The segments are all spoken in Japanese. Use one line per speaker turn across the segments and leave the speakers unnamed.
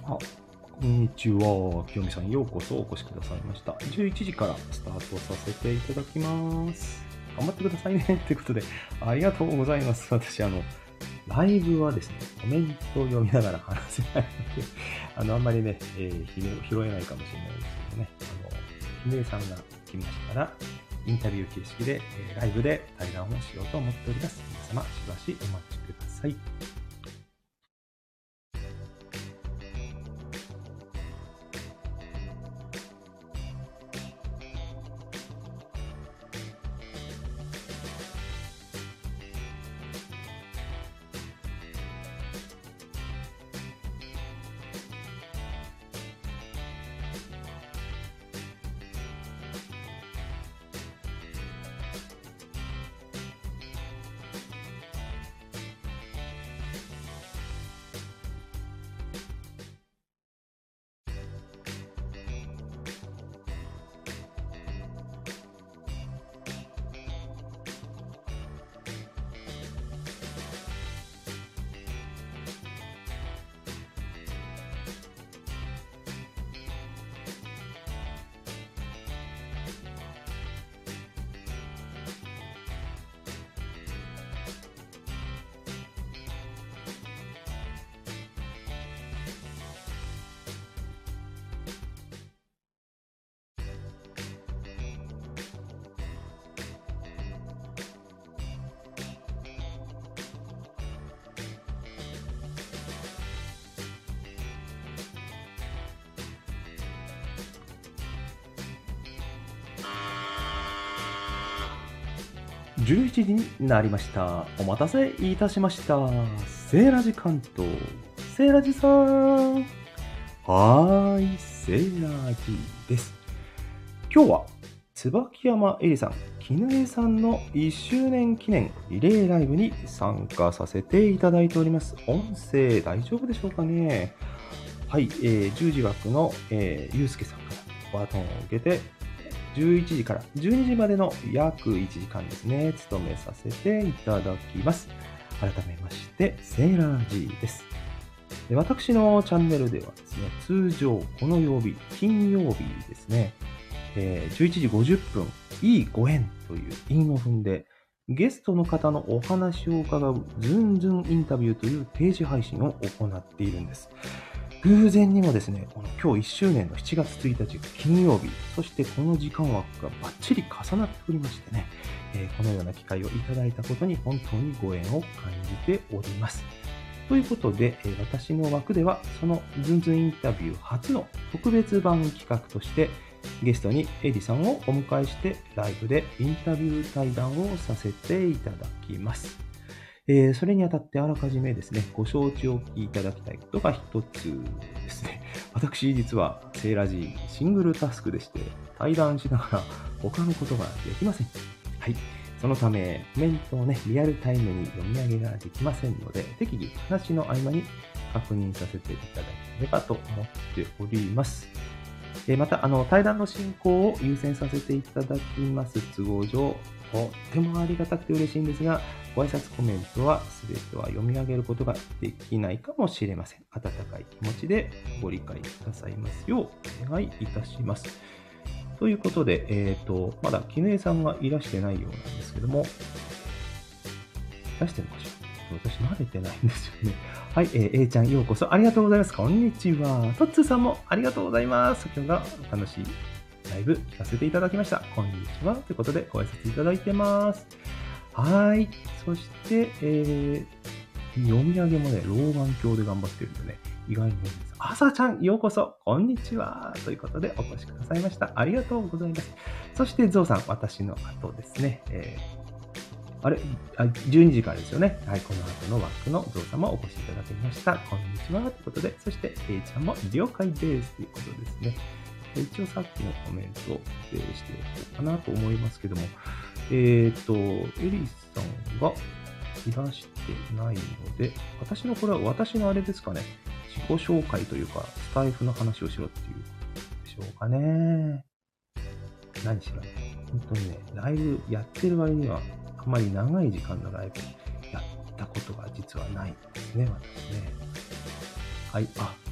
あ、こんにちは。清美さん、ようこそお越しくださいました。11時からスタートさせていただきます。頑張ってくださいね。ということで、ありがとうございます。私、ライブはですね、コメントを読みながら話せないので、あんまりね、拾えないかもしれないですけどね、ひめさんが来ましたら、インタビュー形式で、ライブで対談をしようと思っております。皆様、しばしお待ちください。11時になりました。お待たせいたしました。セーラジ関東。セーラジさん。はーい、セーラジです。今日は、椿山えりさん、絹江さんの1周年記念リレーライブに参加させていただいております。音声大丈夫でしょうかね。はい、10時枠の、ゆうすけさんからバトンを受けて、11時から12時までの約1時間ですね、務めさせていただきます。改めまして、セーラー G です。で、私のチャンネルではですね、通常この曜日、金曜日ですね、11時50分、いいご縁という韻を踏んで、ゲストの方のお話を伺うズンズンインタビューという定時配信を行っているんです。偶然にもですね、今日1周年の7月1日金曜日、そしてこの時間枠がバッチリ重なっておりましてね、このような機会をいただいたことに本当にご縁を感じております。ということで、私の枠ではそのズンズンインタビュー初の特別版企画として、ゲストにエリさんをお迎えしてライブでインタビュー対談をさせていただきます。それにあたってあらかじめですね、ご承知おきいただきたいことが一つですね。私、実はセーラジーシングルタスクでして、対談しながら他のことができません。はい。そのため、コメントをね、リアルタイムに読み上げができませんので、適宜話の合間に確認させていただければと思っております。また、対談の進行を優先させていただきます都合上、とってもありがたくて嬉しいんですが、ご挨拶コメントは全ては読み上げることができないかもしれません。温かい気持ちでご理解くださいますようお願いいたします。ということで、まだ絹江さんがいらしてないようなんですけども、いらしてるのかしら。私慣れてないんですよね。はい、A ちゃんようこそありがとうございます。こんにちは。トッツーさんもありがとうございます。先ほど楽しいライブ聞かせていただきました。こんにちは。ということでご挨拶いただいてます。はい。そして、読み上げもね、老眼鏡で頑張ってるんでね、意外に多いです。朝ちゃん、ようこそ、こんにちは。ということでお越しくださいました。ありがとうございます。そして、ゾウさん、私の後ですね、12時からですよね。はい、この後の枠のゾウさんもお越しいただきました。こんにちは。ということで、そして、A ちゃんも了解です。ということですね。一応さっきのコメントをしておこうかなと思いますけども、エリさんがいらしてないので、これは私のあれですかね、自己紹介というか、スタイフの話をしろっていうことでしょうかね。何しろね、本当にね、ライブやってる割には、あまり長い時間のライブやったことが実はないんですね、私ね。はい、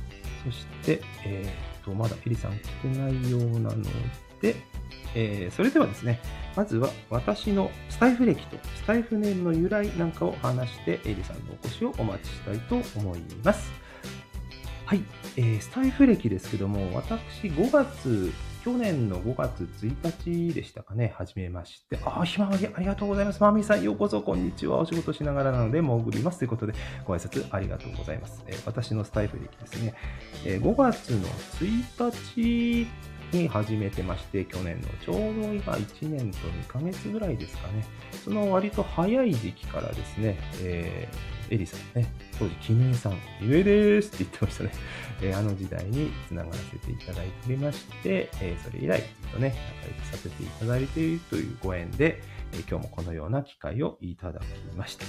そして、まだエリさん来てないようなので、それではですね、まずは私のスタイフ歴とスタイフネームの由来なんかを話して、エリさんのお越しをお待ちしたいと思います。はい、スタイフ歴ですけども、私去年の5月1日でしたかね、始めまして、ひまわりありがとうございます。まみさん、ようこそ、こんにちは。お仕事しながらなので潜ります。ということで、ご挨拶ありがとうございます。私のスタイフ歴ですね、5月の1日に始めてまして、去年のちょうど今1年と2ヶ月ぐらいですかね、その割と早い時期からですね、エリさんね、当時、キヌエさん、キヌエですって言ってましたね。あの時代につながらせていただいておりまして、それ以来ずっとね、仲良くさせていただいているというご縁で、今日もこのような機会をいただきました。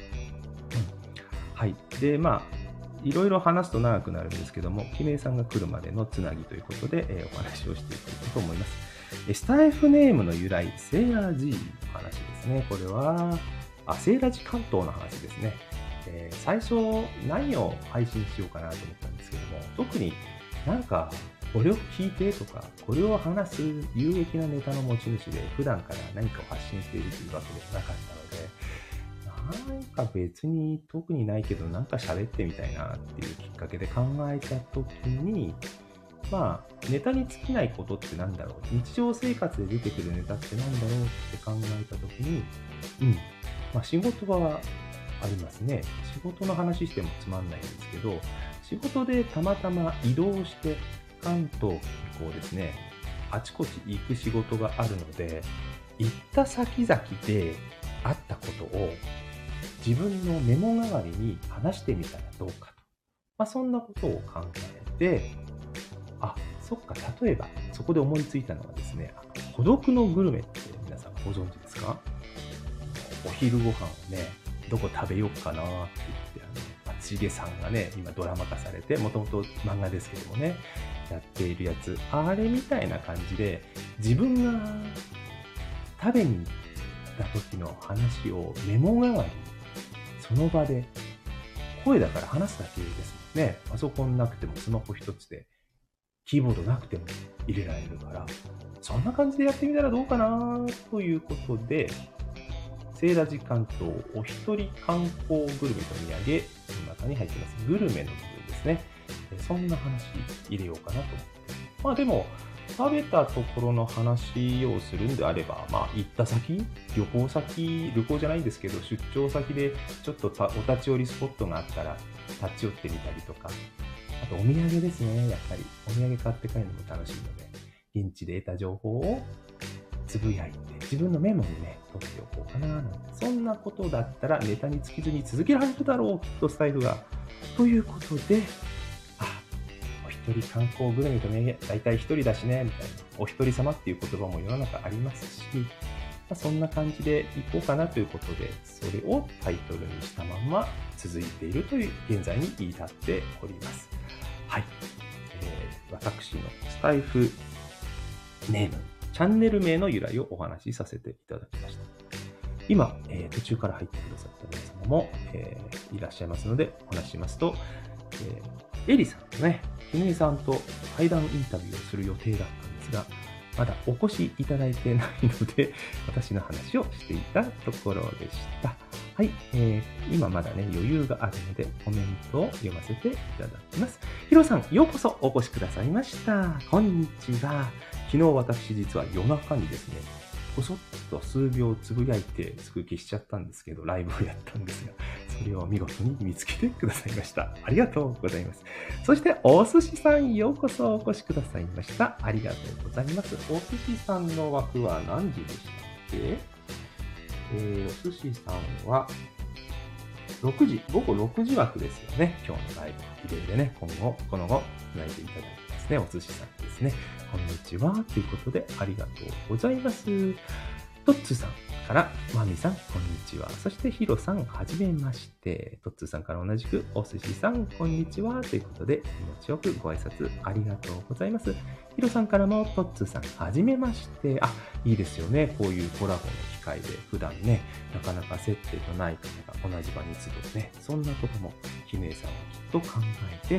はい。で、いろいろ話すと長くなるんですけども、キヌエさんが来るまでのつなぎということで、お話をしていこうと思います。スタイフネームの由来、セーラー G の話ですね。これは、セーラジ関東の話ですね。最初何を配信しようかなと思ったんですけども、特になんかこれを聞いてとか、これを話す有益なネタの持ち主で普段から何かを発信しているというわけではなかったので、なんか別に特にないけどなんか喋ってみたいなっていうきっかけで考えた時に、ネタに尽きないことってなんだろう、日常生活で出てくるネタってなんだろうって考えた時に、仕事はありますね。仕事の話してもつまんないんですけど、仕事でたまたま移動して関東にこうですね、あちこち行く仕事があるので、行った先々であったことを自分のメモ代わりに話してみたらどうかと。そんなことを考えて、そっか、例えばそこで思いついたのはですね、孤独のグルメって皆さんご存知ですか？お昼ご飯をね、どこ食べようかなって言って、松重さんがね、今ドラマ化されて、もともと漫画ですけどもね、やっているやつ、あれみたいな感じで、自分が食べに行った時の話をメモ代わりに、その場で、声だから話すだけですもんね。パソコンなくてもスマホ一つで、キーボードなくても入れられるから、そんな感じでやってみたらどうかなということで、セーラジ関東お一人観光グルメと土産の中に入っていますグルメの部分ですね。そんな話入れようかなと思って。でも、食べたところの話をするんであれば、行った先、旅行じゃないんですけど、出張先でちょっとお立ち寄りスポットがあったら立ち寄ってみたりとか、あとお土産ですね。やっぱりお土産買って帰るのも楽しいので、現地で得た情報をつぶやいて、自分のメモにね、取っておこうかななんて。そんなことだったらネタに尽きずに続けられるだろう、きっとスタイフが。ということで、お一人観光グルメとね、大体一人だしね、みたいな。お一人様っていう言葉も世の中ありますし、そんな感じでいこうかなということで、それをタイトルにしたまま続いているという現在に至っております。はい。私のスタイフネーム、チャンネル名の由来をお話しさせていただきました。今、途中から入ってくださった皆様も、いらっしゃいますので、お話ししますと、エリさんとね、キヌエさんと対談インタビューをする予定だったんですが、まだお越しいただいてないので、私の話をしていたところでした。はい、今まだね、余裕があるので、コメントを読ませていただきます。ヒロさん、ようこそお越しくださいました。こんにちは。昨日私実は夜中にですね、こそっと数秒つぶやいてすぐ消しちゃったんですけど、ライブをやったんですが、それを見事に見つけてくださいました。ありがとうございます。そして、お寿司さん、ようこそお越しくださいました。ありがとうございます。お寿司さんの枠は何時でしたっけ？お寿司さんは、午後6時枠ですよね。今日のライブリレーでね、この後、つないでいただいてますね。お寿司さんですね。こんにちは。ということで、ありがとうございます。トッツーさんから、マミさん、こんにちは。そして、ヒロさん、はじめまして。トッツーさんから同じく、お寿司さん、こんにちは。ということで、気持ちよくご挨拶ありがとうございます。ヒロさんからも、トッツーさん、はじめまして。いいですよね。こういうコラボの機会で、普段ね、なかなか接点のない方が同じ場に集うね。そんなことも、キヌエさんはきっと考えて、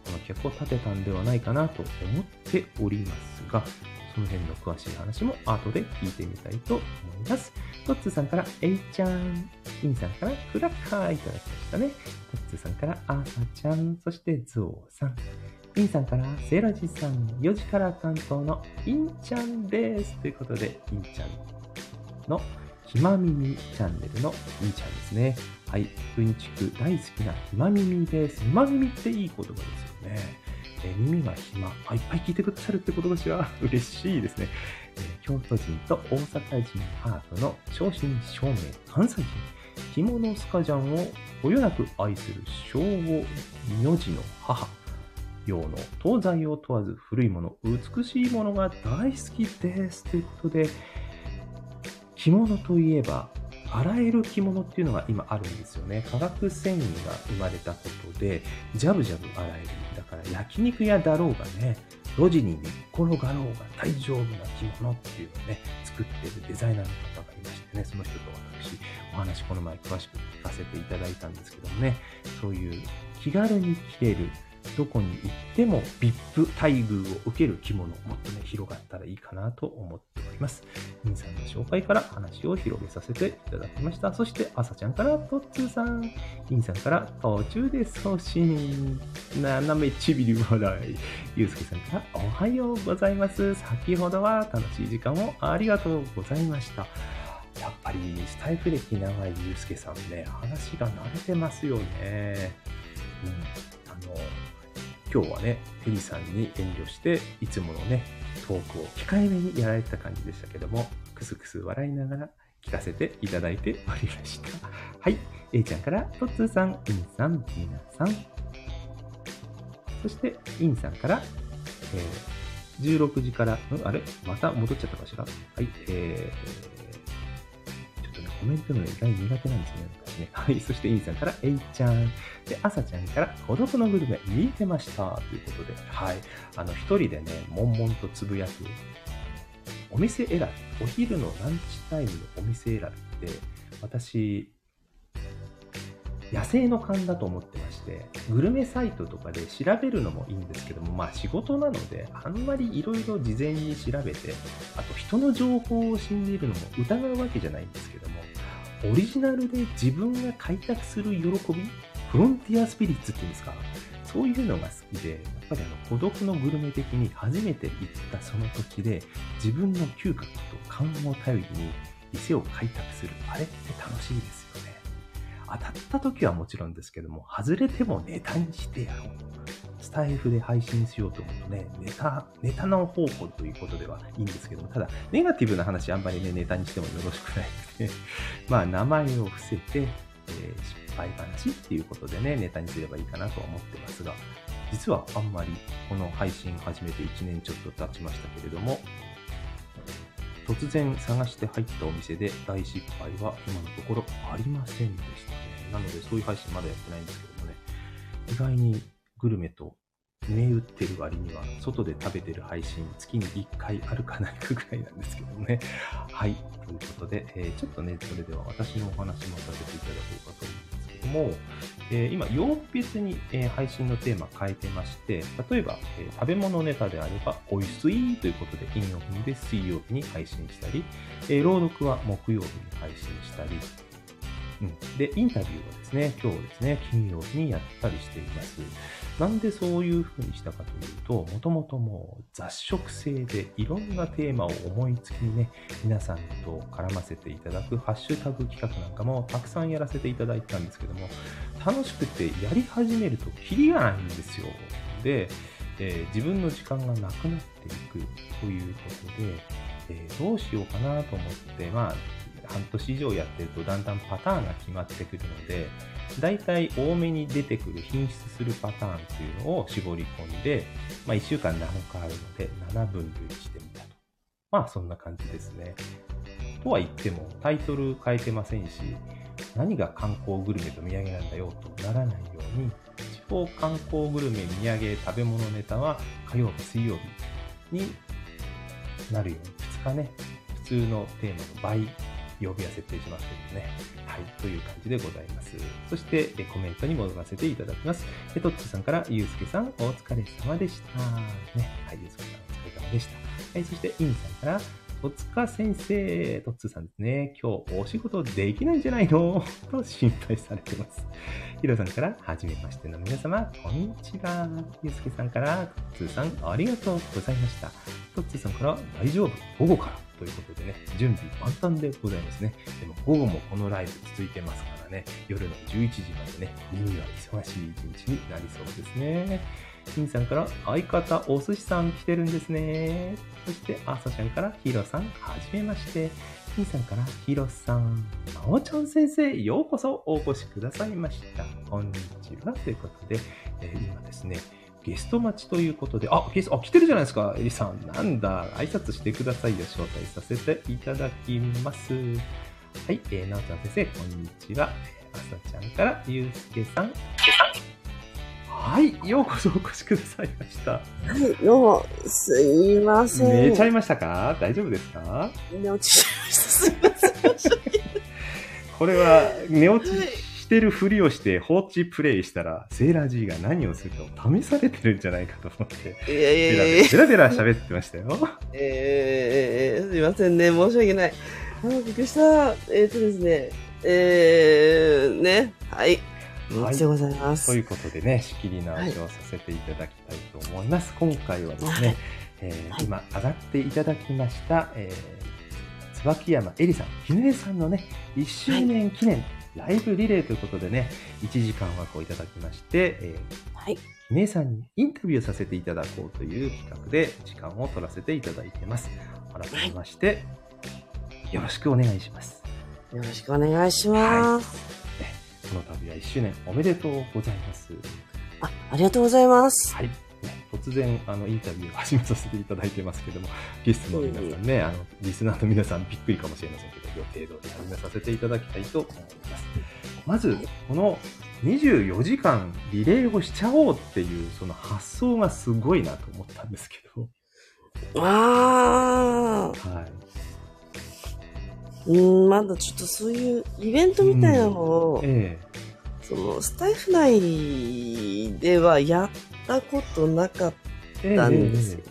この脚を立てたんではないかなと思っておりますが、その辺の詳しい話も後で聞いてみたいと思います。トッツーさんからえいちゃん、インさんからクラッカーいただきましたね。トッツーさんからあさちゃん、そしてゾウさん。インさんからセラジさん、4時から担当のインちゃんです。ということで、インちゃんのひま耳チャンネルのインちゃんですね。はい、うんちく大好きなひま耳です。ひま耳っていい言葉ですよね。耳が暇、いっぱい聞いてくださるってことがしは嬉しいですね。京都人と大阪人ハーフの正真正銘関西人。着物スカジャンをこよなく愛する昭和名字の母。洋の東西を問わず古いもの、美しいものが大好きです。ということで、着物といえば、洗える着物っていうのが今あるんですよね。化学繊維が生まれたことで、ジャブジャブ洗える。だから焼肉屋だろうがね、路地に寝っ転がろうが大丈夫な着物っていうのをね、作ってるデザイナーの方がいましてね、その人と私、お話この前詳しく聞かせていただいたんですけどもね、そういう気軽に着れる、どこに行っても VIP 待遇を受ける着物、もっとね、広がったらいいかなと思っております。インさんの紹介から話を広げさせていただきました。そして、あさちゃんからトッツーさん、インさんから途中で送信、斜めちびり笑い、ゆうすけさんからおはようございます。先ほどは楽しい時間をありがとうございました。やっぱりスタイフ歴長いゆうすけさんね、話が慣れてますよね。今日はね、テリさんに遠慮して、いつものね、トークを控えめにやられてた感じでしたけども、クスクス笑いながら聞かせていただいておりました。はい、A ちゃんから、トッツーさん、インさん、みなさん。そして、インさんから、16時から、あれまた戻っちゃったかしらはい、ちょっとね、コメントの意外苦手なんですね。はい。そして、インさんから、えいちゃん。で、あさちゃんから、孤独のグルメ、見てました。ということで、はい。一人でね、悶々とつぶやく、お店選び、お昼のランチタイムのお店選びって、私、野生の勘だと思ってまして、グルメサイトとかで調べるのもいいんですけども、まあ仕事なので、あんまりいろいろ事前に調べて、あと人の情報を信じるのも疑うわけじゃないんですけども、オリジナルで自分が開拓する喜び、フロンティアスピリッツっていうんですか、そういうのが好きで、やっぱり孤独のグルメ的に初めて行ったその土地で、自分の嗅覚と勘を頼りに店を開拓する、あれって楽しいですよね。当たった時はもちろんですけども、外れてもネタにしてやろう。スタイフで配信しようと思うとね、ネタの方法ということではいいんですけども、ただ、ネガティブな話あんまりね、ネタにしてもよろしくないので、まあ、名前を伏せて、失敗話っていうことでね、ネタにすればいいかなとは思ってますが、実はあんまりこの配信始めて1年ちょっと経ちましたけれども、突然探して入ったお店で大失敗は今のところありませんでしたね。なのでそういう配信まだやってないんですけどもね、意外にグルメと銘打ってる割には外で食べてる配信月に1回あるかないかぐらいなんですけどもね。はい。ということで、ちょっとね、それでは私のお話もさせていただこうかと思うんですけども、今、曜日別に、配信のテーマ変えてまして、例えば、食べ物ネタであれば、おいしいということで、金曜日で水曜日に配信したり、朗読は木曜日に配信したり、で、インタビューはですね、今日ですね、金曜日にやったりしています。なんでそういう風にしたかというと、もともともう雑食性でいろんなテーマを思いつきにね、皆さんと絡ませていただくハッシュタグ企画なんかもたくさんやらせていただいたんですけども、楽しくてやり始めるとキリがないんですよ。で、自分の時間がなくなっていくということで、どうしようかなと思って、まあ、半年以上やってるとだんだんパターンが決まってくるので、だいたい多めに出てくる品質するパターンっていうのを絞り込んで、まあ1週間7日あるので7分類してみたと。まあそんな感じですね。とは言ってもタイトル変えてませんし、何が観光グルメと土産なんだよとならないように、地方観光グルメ、土産、食べ物ネタは火曜日、水曜日になるように2日ね、普通のテーマの倍曜日は設定しますけどね。はい、という感じでございます。そして、コメントに戻らせていただきます。トッツーさんから、ゆうすけさん、お疲れ様でした。ね。はい、ゆうすけさん、お疲れ様でした。はい、そして、インさんから、戸塚先生、トッツーさんですね。今日お仕事できないんじゃないのと心配されてます。ヒロさんから、はじめましての皆様、こんにちは。ゆうすけさんから、トッツーさん、ありがとうございました。トッツーさんから、大丈夫、午後から。ということでね、準備万端でございますね。でも午後もこのライブ続いてますからね、夜の11時までね、耳は忙しい一日になりそうですね。金さんから、相方お寿司さん来てるんですね。そして、あさちゃんから、ヒロさん、はじめまして。金さんから、ヒロさん、まおちゃん先生、ようこそお越しくださいました。こんにちは。ということで、今ですね、ゲスト待ちということで、来てるじゃないですか、エリさん。なんだ、挨拶してくださいよ。招待させていただきます。はい、なおちゃん先生、こんにちは。あさちゃんから、ゆうすけさん。はい、ようこそお越しくださいました。
はい、どうも、すいません。
寝ちゃいましたか？大丈夫ですか？
寝落ちしました。すいません。
これは、寝落ちしてるふりをして放置プレイしたら、セーラー G が何をするかを試されてるんじゃないかと思って、ベラベラ喋ってましたよ。
すいませんね、申し訳ない。びっくりした。ですね、ね、はい。おでございます。
ということでね、仕切り直しをさせていただきたいと思います。今回はですね、今上がっていただきました、椿山えりさん、ひぬえさんのね、1周年記念、ライブリレーということでね、1時間枠をいただきまして、ひぬえさんにインタビューさせていただこうという企画で時間を取らせていただいています。改めまして、よろしくお願いします。
よろしくお願いします。
この度は1周年おめでとうございます。
ありがとうございます。
はい。突然、インタビューを始めさせていただいてますけども、ゲストの皆さんね、リスナーの皆さんびっくりかもしれませんけど、予定通り始めさせていただきたいと思います。まず、この24時間リレーをしちゃおうっていう、その発想がすごいなと思ったんですけど。
はい。まだちょっとそういうイベントみたいなのを、そのスタイフ内ではやったことなかったんですよ。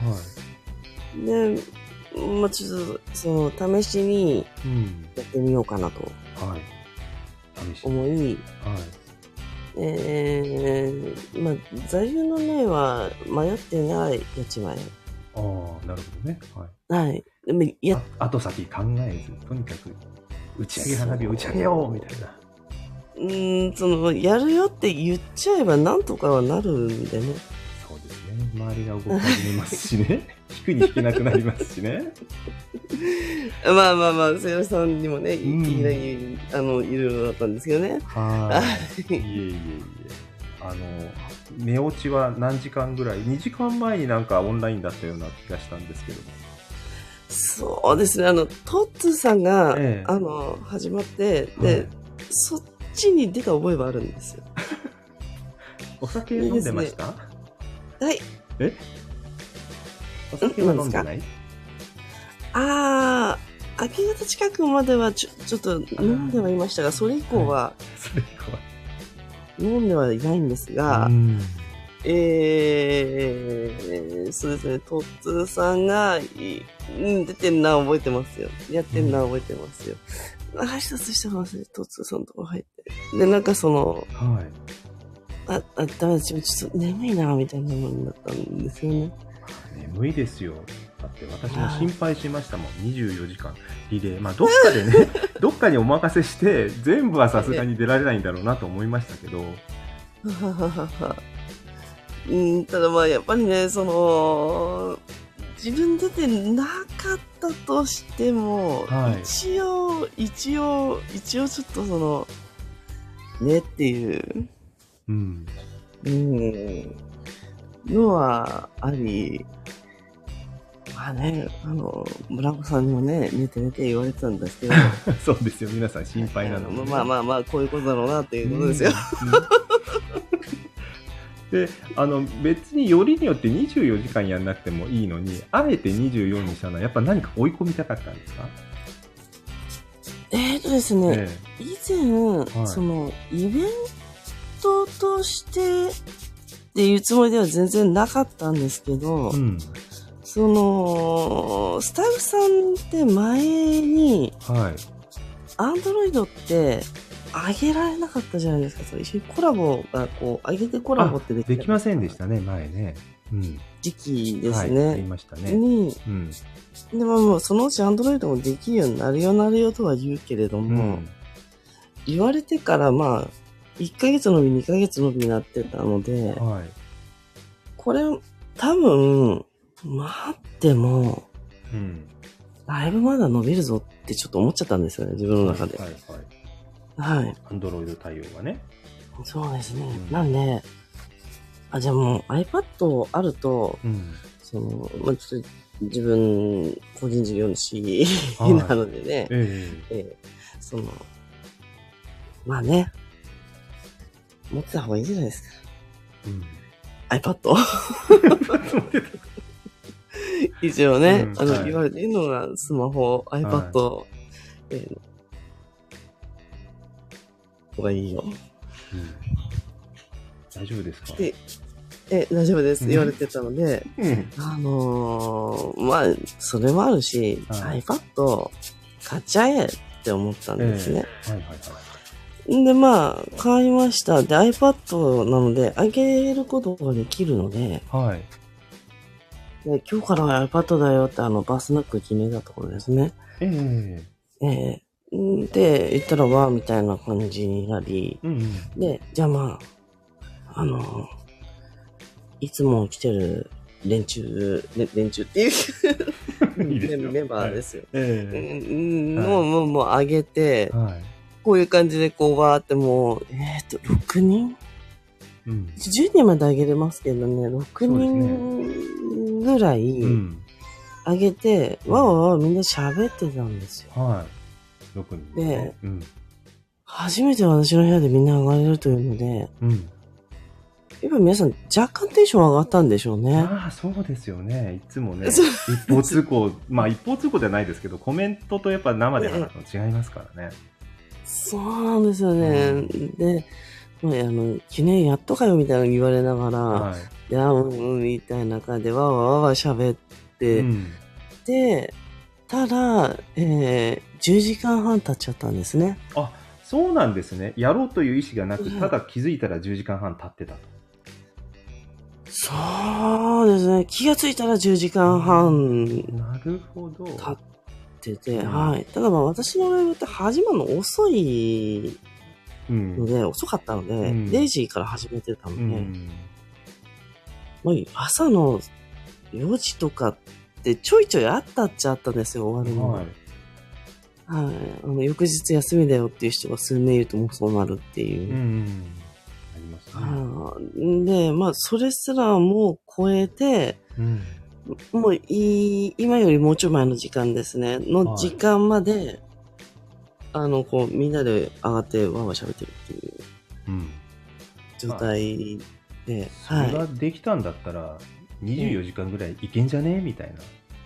で、まあちょっとその試しにやってみようかなと思い、まあ座右の銘は迷ってないやちまえ。
ああ、なるほどね。
はい。でも
後先考えず、とにかく打ち上げ花火を打ち上げようみたいな。
そのやるよって言っちゃえばなんとかはなるんでね。
そうですね。周りが動き始めますしね。引くに引けなくなりますしね。
まあ、セイラさんにもね、いきなりいろいろだったんですけどね。
いえ。寝落ちは何時間ぐらい？2時間前になんかオンラインだったような気がしたんですけども。
そうですね。トッツーさんが、始まって、で、そっちに出た覚えはあるんですよ。
お酒飲んでました？
はい。
お酒は飲んでない？
明け方近くまではちょっと飲んではいましたが、それ以降は飲んではいないんですが、そうですね、トッツーさんが、出てんな、覚えてますよ。やってんな、覚えてますよ。挨拶したか忘れて、トッツーさんのとこ入って。で、なんかその、ダメですよ、ちょっと眠いな、みたいなものだったんですよね。
眠いですよ。だって私も心配しましたもん。24時間リレー。まあ、どっかでね、どっかにお任せして、全部はさすがに出られないんだろうなと思いましたけど。
ただまあ、やっぱりね、その、自分出てなかったとしても、一応ちょっとその、ねっていう、のはあり、まあね、村子さんにもね、寝て言われてたんですけど。
そうですよ、皆さん心配なので、ね。
まあ、こういうことだろうなっていうことですよ。
で、別によりによって24時間やんなくてもいいのに、あえて24にしたのは、やっぱ何か追い込みたかったんですか？
ですね、以前、その、イベントとしてっていうつもりでは全然なかったんですけど、その、スタッフさんって前に、アンドロイドって上げられなかったじゃないですか。そう一緒にコラボがこう、上げてコラボって
できませんでしたね、前ね。
時期ですね。
言いましたね。
でもそのうちアンドロイドもできるようになるよとは言うけれども、言われてからまあ、1ヶ月のみ2ヶ月のみになってたので、これ多分、待っても、だいぶまだ伸びるぞってちょっと思っちゃったんですよね、自分の中で。はい。
アンドロイド対応がね。
そうですね。なんで、じゃあもう iPad あると、その、まあ、ちょっと自分、個人事業主なのでね、その、まあね、持ってた方がいいじゃないですか。iPad 一応ね、言われているのがスマホ、iPad、がいいよ。
大丈夫ですか？
大丈夫です。言われてたので、まあ、それもあるし、iPad 買っちゃえって思ったんですね。で、まあ、買いました。で、iPad なので、上げることができるので、で今日からは iPad だよってバスナック決めたところですね。で、言ったらわーみたいな感じになり、で、じゃあまあ、いつも来てる連中っていうメンバーですよ。もう上げて、こういう感じでこうわーってもう、6人10人まで上げれますけどね、6人ぐらい上げて、わーわーみんな喋ってたんですよ。
6人
で、初めて私の部屋でみんな上がれるというので、やっぱ皆さん若干テンション上がったんでしょうね。
そうですよね。いつもね、一方通行、まあ一方通行じゃないですけど、コメントとやっぱ生で話すの違いますからね。
そうなんですよね。で、記念やっとかよみたいなの言われながら、いや、みたいな感じでわーわーわー喋って、で、ただ、10時間半経っちゃったんですね。
そうなんですね。やろうという意思がなく、ただ気づいたら10時間半経ってたと。
そうですね。気がついたら10時間半
なるほど。
経ってて、ただまあ私のライブって始まるの遅いので、遅かったので、0時から始めてたので、もう朝の4時とかってちょいちょいあったっちゃあったんですよ、終わるのが。翌日休みだよっていう人が数名いるともうそうなるっていう。
ありますね。
で、まあ、それすらも超えて、もう今よりもうちょい前の時間ですね、の時間まで、こう、みんなで上がってわーわー喋ってるっていう状態で、
それができたんだったら、24時間ぐらいいけんじゃねみたいな。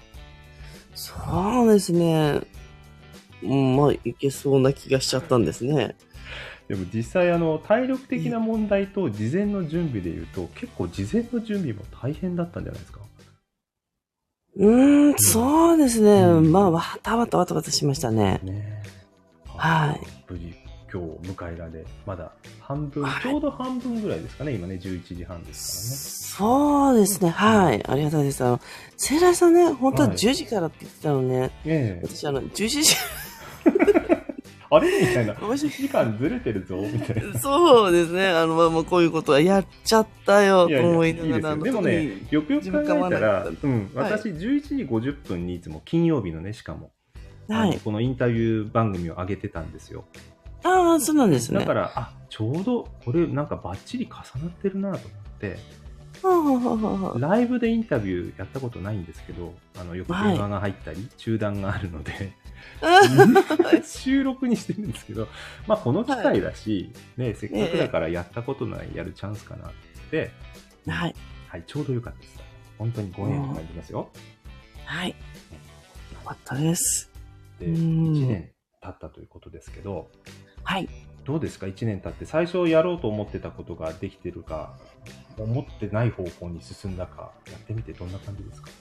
そうですね。まあ、いけそうな気がしちゃったんですね。
でも実際体力的な問題と事前の準備でいうと、結構事前の準備も大変だったんじゃないですか？
そうですね。まあ、わたわたしましたね。
無事今日迎えられ、まだ半分、ちょうど半分ぐらいですかね、今ね、11時半です
からね。そうですね、ありがたいです。セイライさんね、本当は10時からって言ってたのね。私11時
あれみたいな。時間ずれてるぞみたいな。
そうですね。まあ、こういうことはやっちゃったよと思いながら。
でもね、よくよく考えたら、私11時50分にいつも金曜日のね、しかも、このインタビュー番組を上げてたんですよ。
そうなんですね。
だから、ちょうどこれなんかバッチリ重なってるなと思って、ライブでインタビューやったことないんですけど、よく電話が入ったり、中断があるので、収録にしてるんですけど、まあこの機会だし、ね、せっかくだからやったことないやるチャンスかなって、ちょうどよかったです。本当にご縁がありますよ。
よかったです。
で、1年経ったということですけど、
はい。
どうですか1年経って、最初やろうと思ってたことができてるか、思ってない方向に進んだか、やってみてどんな感じですか？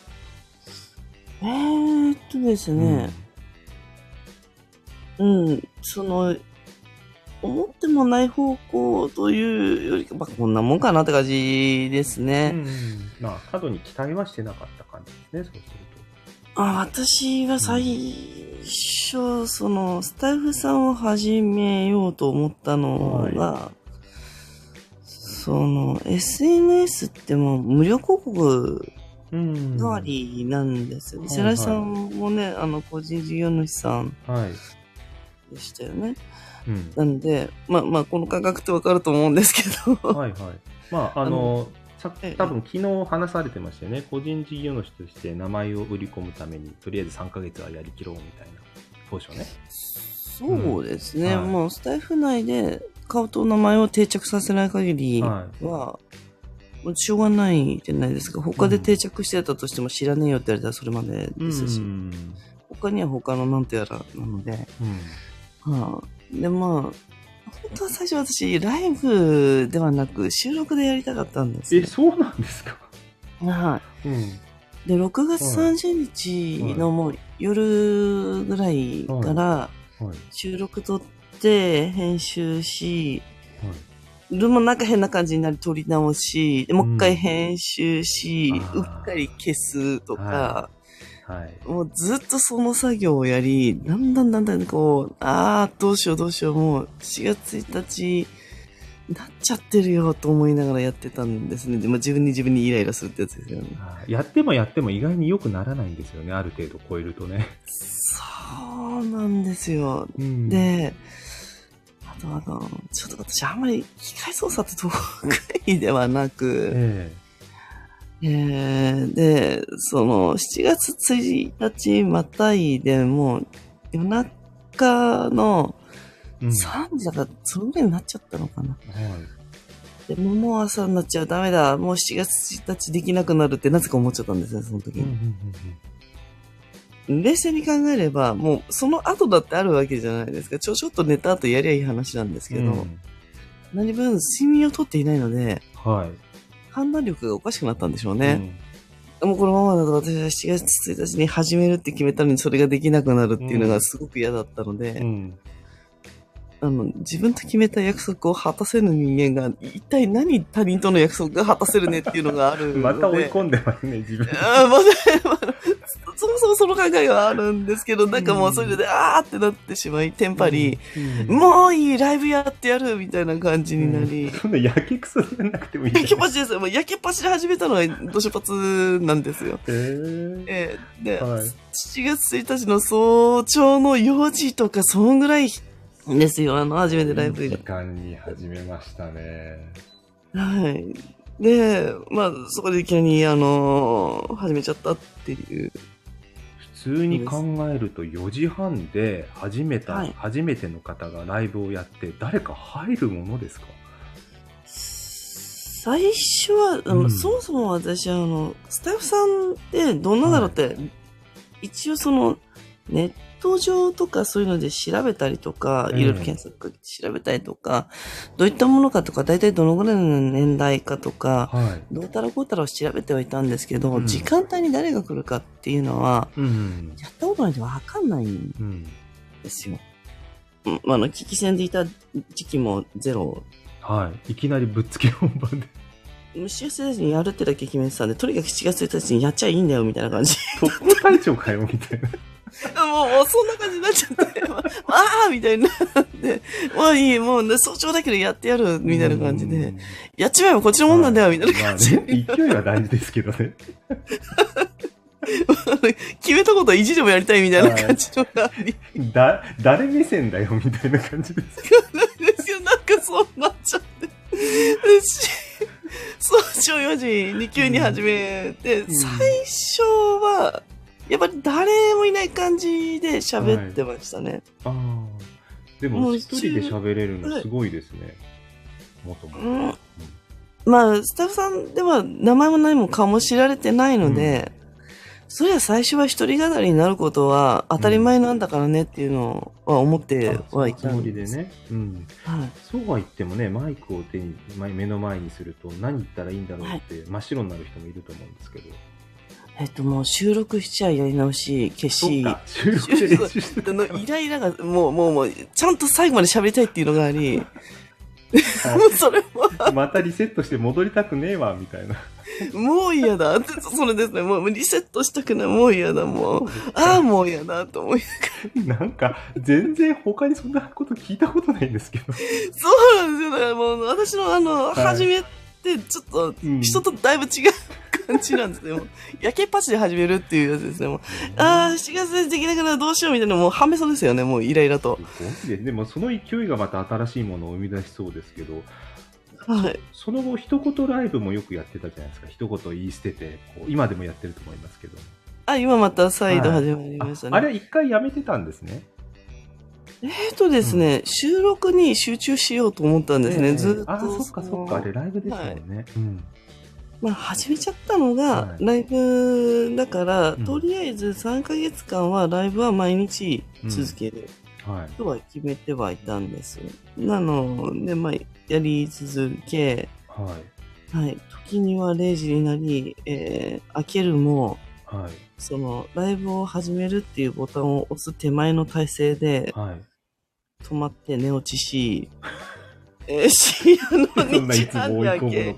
ですね、思ってもない方向というよりか、こんなもんかなって感じですね。
まあ、過度に期待はしてなかった感じですね、そうする
と。私が最初、スタイフさんを始めようと思ったのが、SNS ってもう無料広告代わりなんですよ。世良さんもね、個人事業主さんでしたよね。なんで、この感覚ってわかると思うんですけど。
はいはい。まあ、多分昨日話されてましたよね。個人事業主として名前を売り込むために、とりあえず3ヶ月はやりきろうみたいな、当初ね。
そうですね。もうスタイフ内で顔と名前を定着させない限りは、しょうがないじゃないですか。他で定着してたとしても知らねえよって言われたらそれまでですし、他には他のなんてやらなので、で、本当は最初私、ライブではなく収録でやりたかったんですよ。
そうなんですか？
はい。で、6月30日のもう夜ぐらいから収録撮って編集し、もなんか変な感じになり撮り直し、もう一回編集し、うっかり消すとか、もうずっとその作業をやり、だんだんこう、どうしよう、もう4月1日なっちゃってるよと思いながらやってたんですね。でも自分にイライラするってやつですよね。
やっても意外に良くならないんですよね、ある程度超えるとね。
そうなんですよ。で、ちょっと私あんまり機械操作って得意ではなく、で、7月1日またいでもう夜中の3時だからそのぐらいになっちゃったのかな。でももう朝になっちゃう、ダメだ、もう7月1日できなくなるってなぜか思っちゃったんですね、その時に。冷静に考えれば、もうその後だってあるわけじゃないですか。ちょっと寝た後やりゃいい話なんですけど、何分睡眠をとっていないので、判断力がおかしくなったんでしょうね。もうこのままだと私は7月1日に始めるって決めたのにそれができなくなるっていうのがすごく嫌だったので、自分と決めた約束を果たせぬ人間が、一体何他人との約束が果たせるねっていうのがあるので。
また追い込んでますね、自分。
そもそもその考えがあるんですけど、なんかもうそれで、ってなってしまい、テンパり、もういい、ライブやってやるみたいな感じになり。
そんなやけくそじゃなくてもいい。
やけっぱしですよ。もうやけっぱしで始めたのは、ど出発なんですよ。で、7月1日の早朝の4時とか、そんぐらい、ですよ、初めてライブ。
時間に始めましたね。
はい。で、そこでいきなり、始めちゃったっていう。
普通に考えると4時半で初めての方がライブをやって、誰か入るものですか？
最初は、そもそも私、スタッフさんってどんなだろうって、一応ネット上とかそういうので調べたりとか、いろいろ検索調べたりとか、どういったものかとか、大体どのぐらいの年代かとか、どうたらこうたらを調べてはいたんですけど、時間帯に誰が来るかっていうのは、やったことないとわかんないんですよ。危機戦でいた時期もゼロ。
いきなりぶっつけ本番で。
7月1日にやるってだけ決めてたんで、とにかく7月1日にやっちゃいいんだよ、みたいな感じ。
特攻隊長かよ、みたいな。
もうそんな感じになっちゃって、みたいになって、いい、もう、早朝だけどやってやる、みたいな感じで、やっちまえばこっちのもんなんだよ、みたいな感じ。
勢いは大事ですけどね。
決めたことは意地でもやりたいみたいな感じのがあり。
誰目線だよ、みたいな感じです。
ですよ、なんかそうなっちゃって。早朝4時に急に始めて、最初は、やっぱり誰もいない感じで喋ってましたね。
でも一人で喋れるのすごいですね。もともと。
スタッフさんでは名前も何も顔も知られてないので、 そりゃ最初は一人語りになることは当たり前なんだからねっていうのは思ってはいたんです。
つもりでね。うん。はい。そうは言ってもね、マイクを目の前にすると何言ったらいいんだろうって真っ白になる人もいると思うんですけど。
もう収録しちゃやり直し、消し、
収録で練習して
た。イライラが、もう、ちゃんと最後まで喋りたいっていうのがあり、もうそれは。
またリセットして戻りたくねえわ、みたいな。
もう嫌だ。それですね。もうリセットしたくない。もう嫌だ。もう。ああ、もう嫌だ。と思い
ながら。なんか、全然他にそんなこと聞いたことないんですけど。
そうなんですよ。だからもう、私の初めってちょっと、人とだいぶ違う感じなんですね。焼けっぱちで始めるっていうやつですね。もう7月でできなくなるどうしようみたいな、もう半べそですよね。もうイライラと。
でもその勢いがまた新しいものを生み出しそうですけど、
はい、
その後一言ライブもよくやってたじゃないですか。一言言い捨てて今でもやってると思いますけど。
今また再度始まりましたね。
あれ一回やめてたんですね。
ですね、収録に集中しようと思ったんですね、ずっと。
そっか、あれライブですもんね。
始めちゃったのが、ライブだから、とりあえず3ヶ月間はライブは毎日続ける。とは決めてはいたんです。なので、やり続け、時には0時になり、開けるも、その、ライブを始めるっていうボタンを押す手前の体勢で、止まって寝落ちし、深夜の2時半に開け、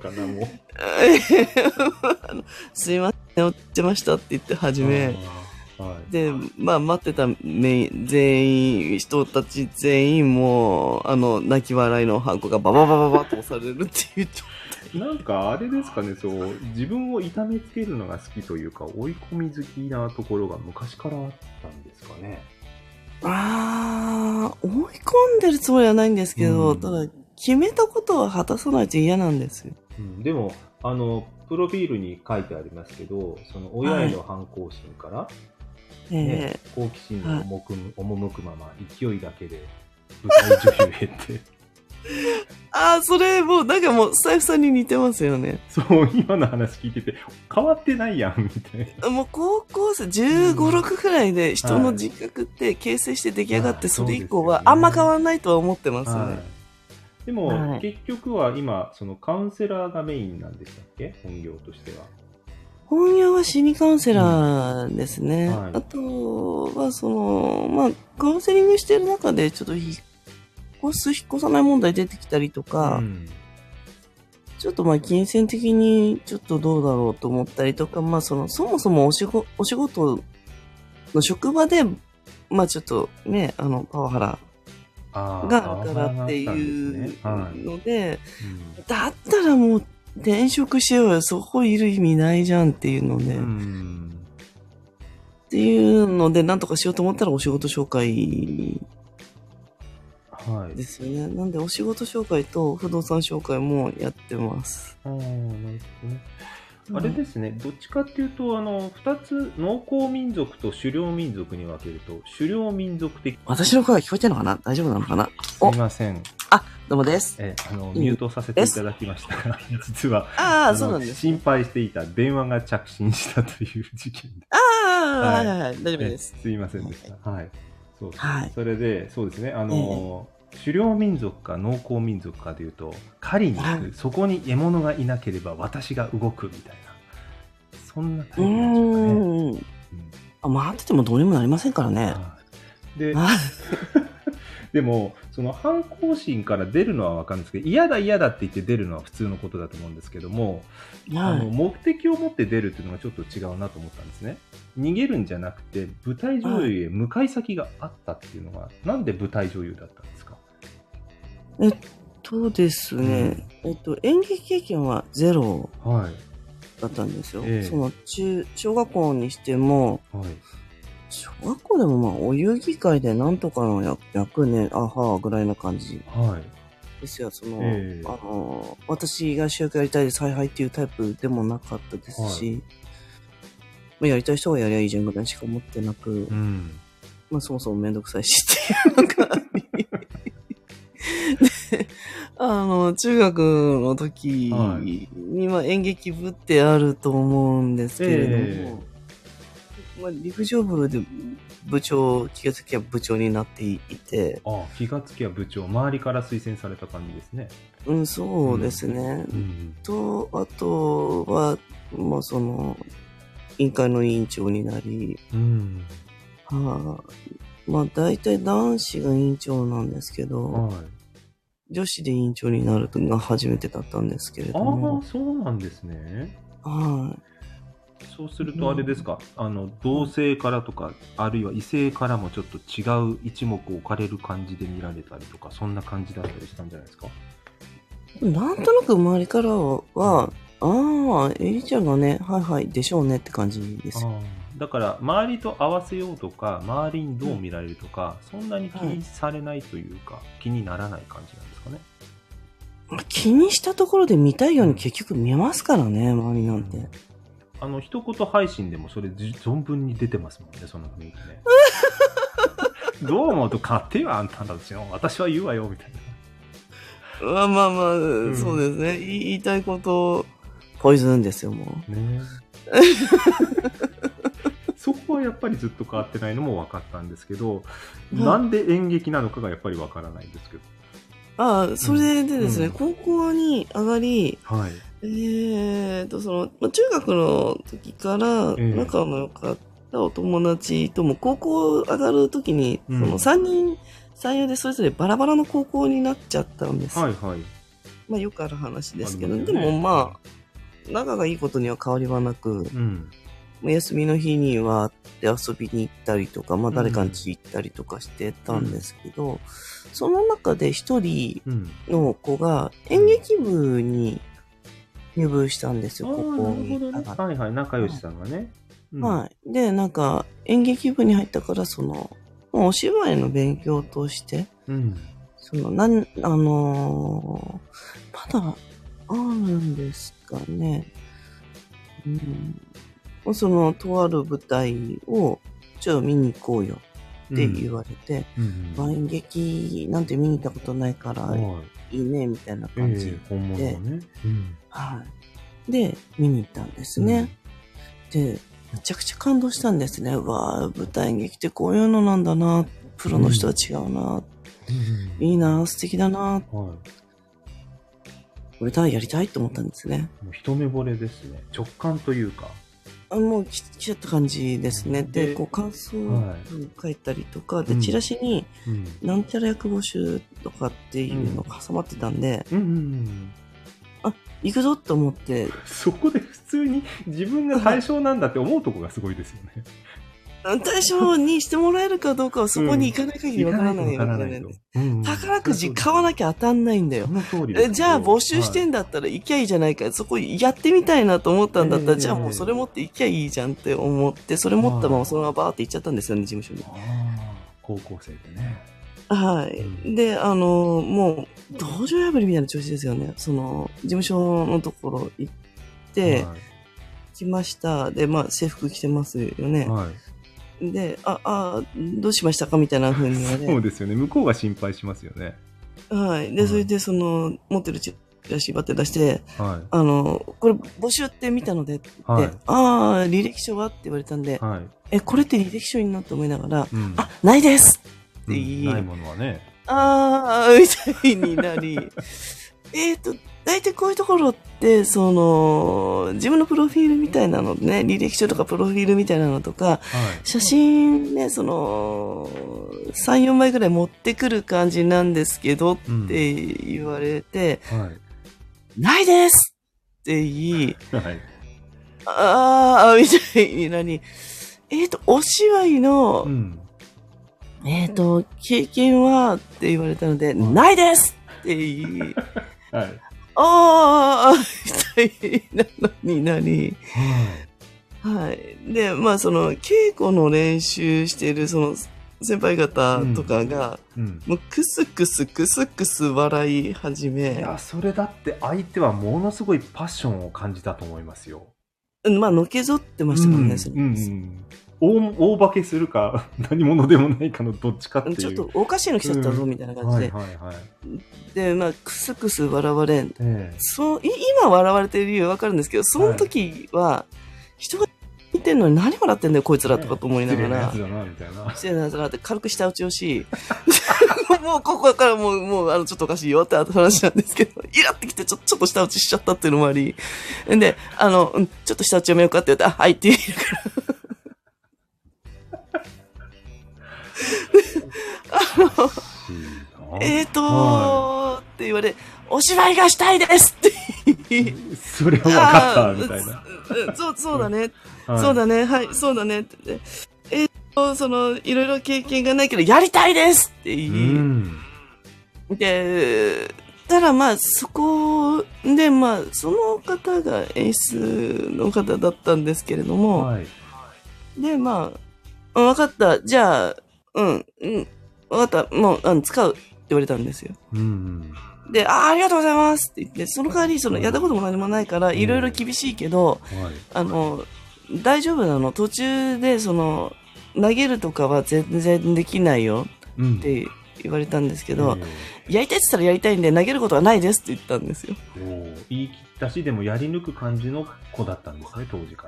すいません、寝落ちましたって言って始め、で、待ってた人たち全員もう、泣き笑いのハンコがバババババと押されるっていう状態。
なんかあれですかね、自分を痛めつけるのが好きというか、追い込み好きなところが昔からあったんですかね。
追い込んでるつもりはないんですけど、ただ、決めたことは果たさないと嫌なんですよ。
でも、プロフィールに書いてありますけど、その親への反抗心から、好奇心の赴くまま、勢いだけで舞台女優へって。
それもう、なんかもう、スタイフさんに似てますよね。
そう、今の話聞いてて、変わってないやん、みたいな。
もう高校生、15、6くらいで人の人格って形成して出来上がって、それ以降はあんま変わらないとは思ってますね。
でも、結局は今、そのカウンセラーがメインなんでしたっけ？本業としては。
本業は心理カウンセラーですね。あとは、カウンセリングしてる中で、ちょっと引っ越さない問題出てきたりとか、ちょっと金銭的にちょっとどうだろうと思ったりとか、そもそもお仕事の職場で、ちょっとね、パワハラがあるからっていうので、だったらもう転職しようよ、そこいる意味ないじゃんっていうので、っていうので、なんとかしようと思ったらお仕事紹介ですよね。なんでお仕事紹介と不動産紹介もやってます。
なるほどね。あれですね、どっちかっていうと、二つ、農耕民族と狩猟民族に分けると、狩猟民族的。
私の声は聞こえてるのかな？大丈夫なのかな？
すいません。
どうもです。
ミュートさせていただきましたが、実は、
そうなんです。
心配していた電話が着信したという事件で。
はい、大丈夫です。
すいませんでした。はい。それで、そうですね、狩猟民族か農耕民族かでいうと、狩りに行く、そこに獲物がいなければ私が動くみたいな、そんなタイプなんでしょうかね。
待っててもどうにもなりませんからね。
でも、その反抗心から出るのは分かるんですけど、嫌だって言って出るのは普通のことだと思うんですけども、目的を持って出るっていうのがちょっと違うなと思ったんですね。逃げるんじゃなくて、舞台女優へ向かい先があったっていうのが、なんで舞台女優だったんですか？
ですね、演劇経験はゼロだったんですよ。小学校にしても、小学校でもお遊戯会でなんとかの役ね、ぐらいな感じですよ。私が主役やりたいで采配っていうタイプでもなかったですし、やりたい人がやりゃいいじゃんぐらいしか思ってなく、そもそもめんどくさいしっていうのがあり。で、中学の時に、演劇部ってあると思うんですけれども、 まあ、陸上部で気がつきは部長になっていて。
ああ、気がつきは部長。周りから推薦された感じですね。
うん、そうですね。と、あとは、まあ、委員会の委員長になり、まあ、大体男子が委員長なんですけど、女子で委員長になるのが初めてだったんですけれども。
ああ、そうなんですね。
はい。
そうするとあれですか、同性からとか、あるいは異性からもちょっと違う一目置かれる感じで見られたりとか、そんな感じだったりしたんじゃないですか？
なんとなく周りからは、ああ、エリちゃんがね、はいはい、でしょうねって感じですよ。
だから、周りと合わせようとか、周りにどう見られるとか、そんなに気にされないというか、気にならない感じなんですかね。
気にしたところで見たいように結局見えますからね、周りなんて。
一言配信でもそれ存分に出てますもんね、その雰囲気ね。どう思うと勝手よ、あんたたちの。私は言うわよ、みたいな。
まあまあまあ、そうですね。言いたいこと、ポイズンですよ、もう。ね
そこはやっぱりずっと変わってないのも分かったんですけど、なんで演劇なのかがやっぱり分からないんですけど。
ああ、それでですね、高校に上がり、
はい。
中学の時から仲の良かったお友達とも高校上がる時に、3人、3人でそれぞれバラバラの高校になっちゃったんです。
はいはい。
まあよくある話ですけど、でもまあ、仲がいいことには変わりはなく、休みの日には遊びに行ったりとか、まあ誰かん家行ったりとかしてたんですけど、その中で一人の子が演劇部に入部したんですよ、ここに。
なるほどね。はいはい、仲良しさんがね。
はい。で、なんか、演劇部に入ったから、お芝居の勉強として、まだあるんですかね。とある舞台を、ちょっと見に行こうよって言われて、演劇なんて見に行ったことないから、いいね、みたいな感じで。
本物ね。
はい。で、見に行ったんですね。で、めちゃくちゃ感動したんですね。わぁ、舞台演劇ってこういうのなんだな。プロの人は違うな。いいな、素敵だな。俺ただやりたいと思ったんですね。
もう一目惚れですね。直感というか。
もう来ちゃった感じですね。で、感想を書いたりとか、で、チラシに、なんちゃら役募集とかっていうのが挟まってたんで、行くぞと思って。
そこで普通に自分が対象なんだって思うとこがすごいですよね。
対象にしてもらえるかどうかはそこに行かない限りわからないよね。宝くじ買わなきゃ当たんないんだよ。じゃあ募集してんだったら行きゃいいじゃないか。そこやってみたいなと思ったんだったら、じゃあもうそれ持って行きゃいいじゃんって思って、それ持ったままそのままバーって行っちゃったんですよね、事務所に。
高校生でね。
はい。で、もう、道場破りみたいな調子ですよね。事務所のところ行って、来ました。で、まあ、制服着てますよね。で、どうしましたかみたいな風に言われ。
そうですよね。向こうが心配しますよね。
はい。で、それで、持ってるチラシバって出して、これ募集って見たのでって、履歴書はって言われたんで、これって履歴書になって思いながら、ないですって言い、
ないものはね。
みたいになり、大体こういうところって、自分のプロフィールみたいなのね、履歴書とかプロフィールみたいなのとか、写真ね、3、4枚ぐらい持ってくる感じなんですけどって言われて、ないですって言い、みたいになり、お芝居の、経験はって言われたので、ないですって言い、みたいなのになり、はい。で、まあ、稽古の練習している、先輩方とかが、もうクスクス笑い始め。
いや、それだって相手はものすごいパッションを感じたと思いますよ。
まあ、のけぞってましたもんね、
大化けするか、何者でもないかのどっちかっていう。
ちょっとおかしいの来ちゃったぞ、みたいな感じで。で、まあ、クスクス笑われん。今笑われてる理由わかるんですけど、その時は、人がいてんのに何笑ってんだよ、こいつらとかと思いながら。
失礼なやつだな、みたいな。
失礼なやつだなって軽く舌打ちをし、もうここからもう、ちょっとおかしいよって話なんですけど、イラってきてちょっと舌打ちしちゃったっていうのもあり、で、ちょっと舌打ちやめようかって言って、はいって言うから。って言われ、お芝居がしたいですって
それは分かった、みたいな。
そうだね。そうだね。はい、そうだね。っていろいろ経験がないけど、やりたいですって言い。で、ただそこで、その方が演出の方だったんですけれども、で、分かった。じゃあ、分かった。もう、使うって言われたんですよ。で、ありがとうございますって言って、その代わり、やったことも何もないから、いろいろ厳しいけど、大丈夫なの。途中で、投げるとかは全然できないよって言われたんですけど、やりたいって言ったらやりたいんで、投げることはないですって言ったんですよ。
言い切ったし、でもやり抜く感じの子だったんですね、当時から。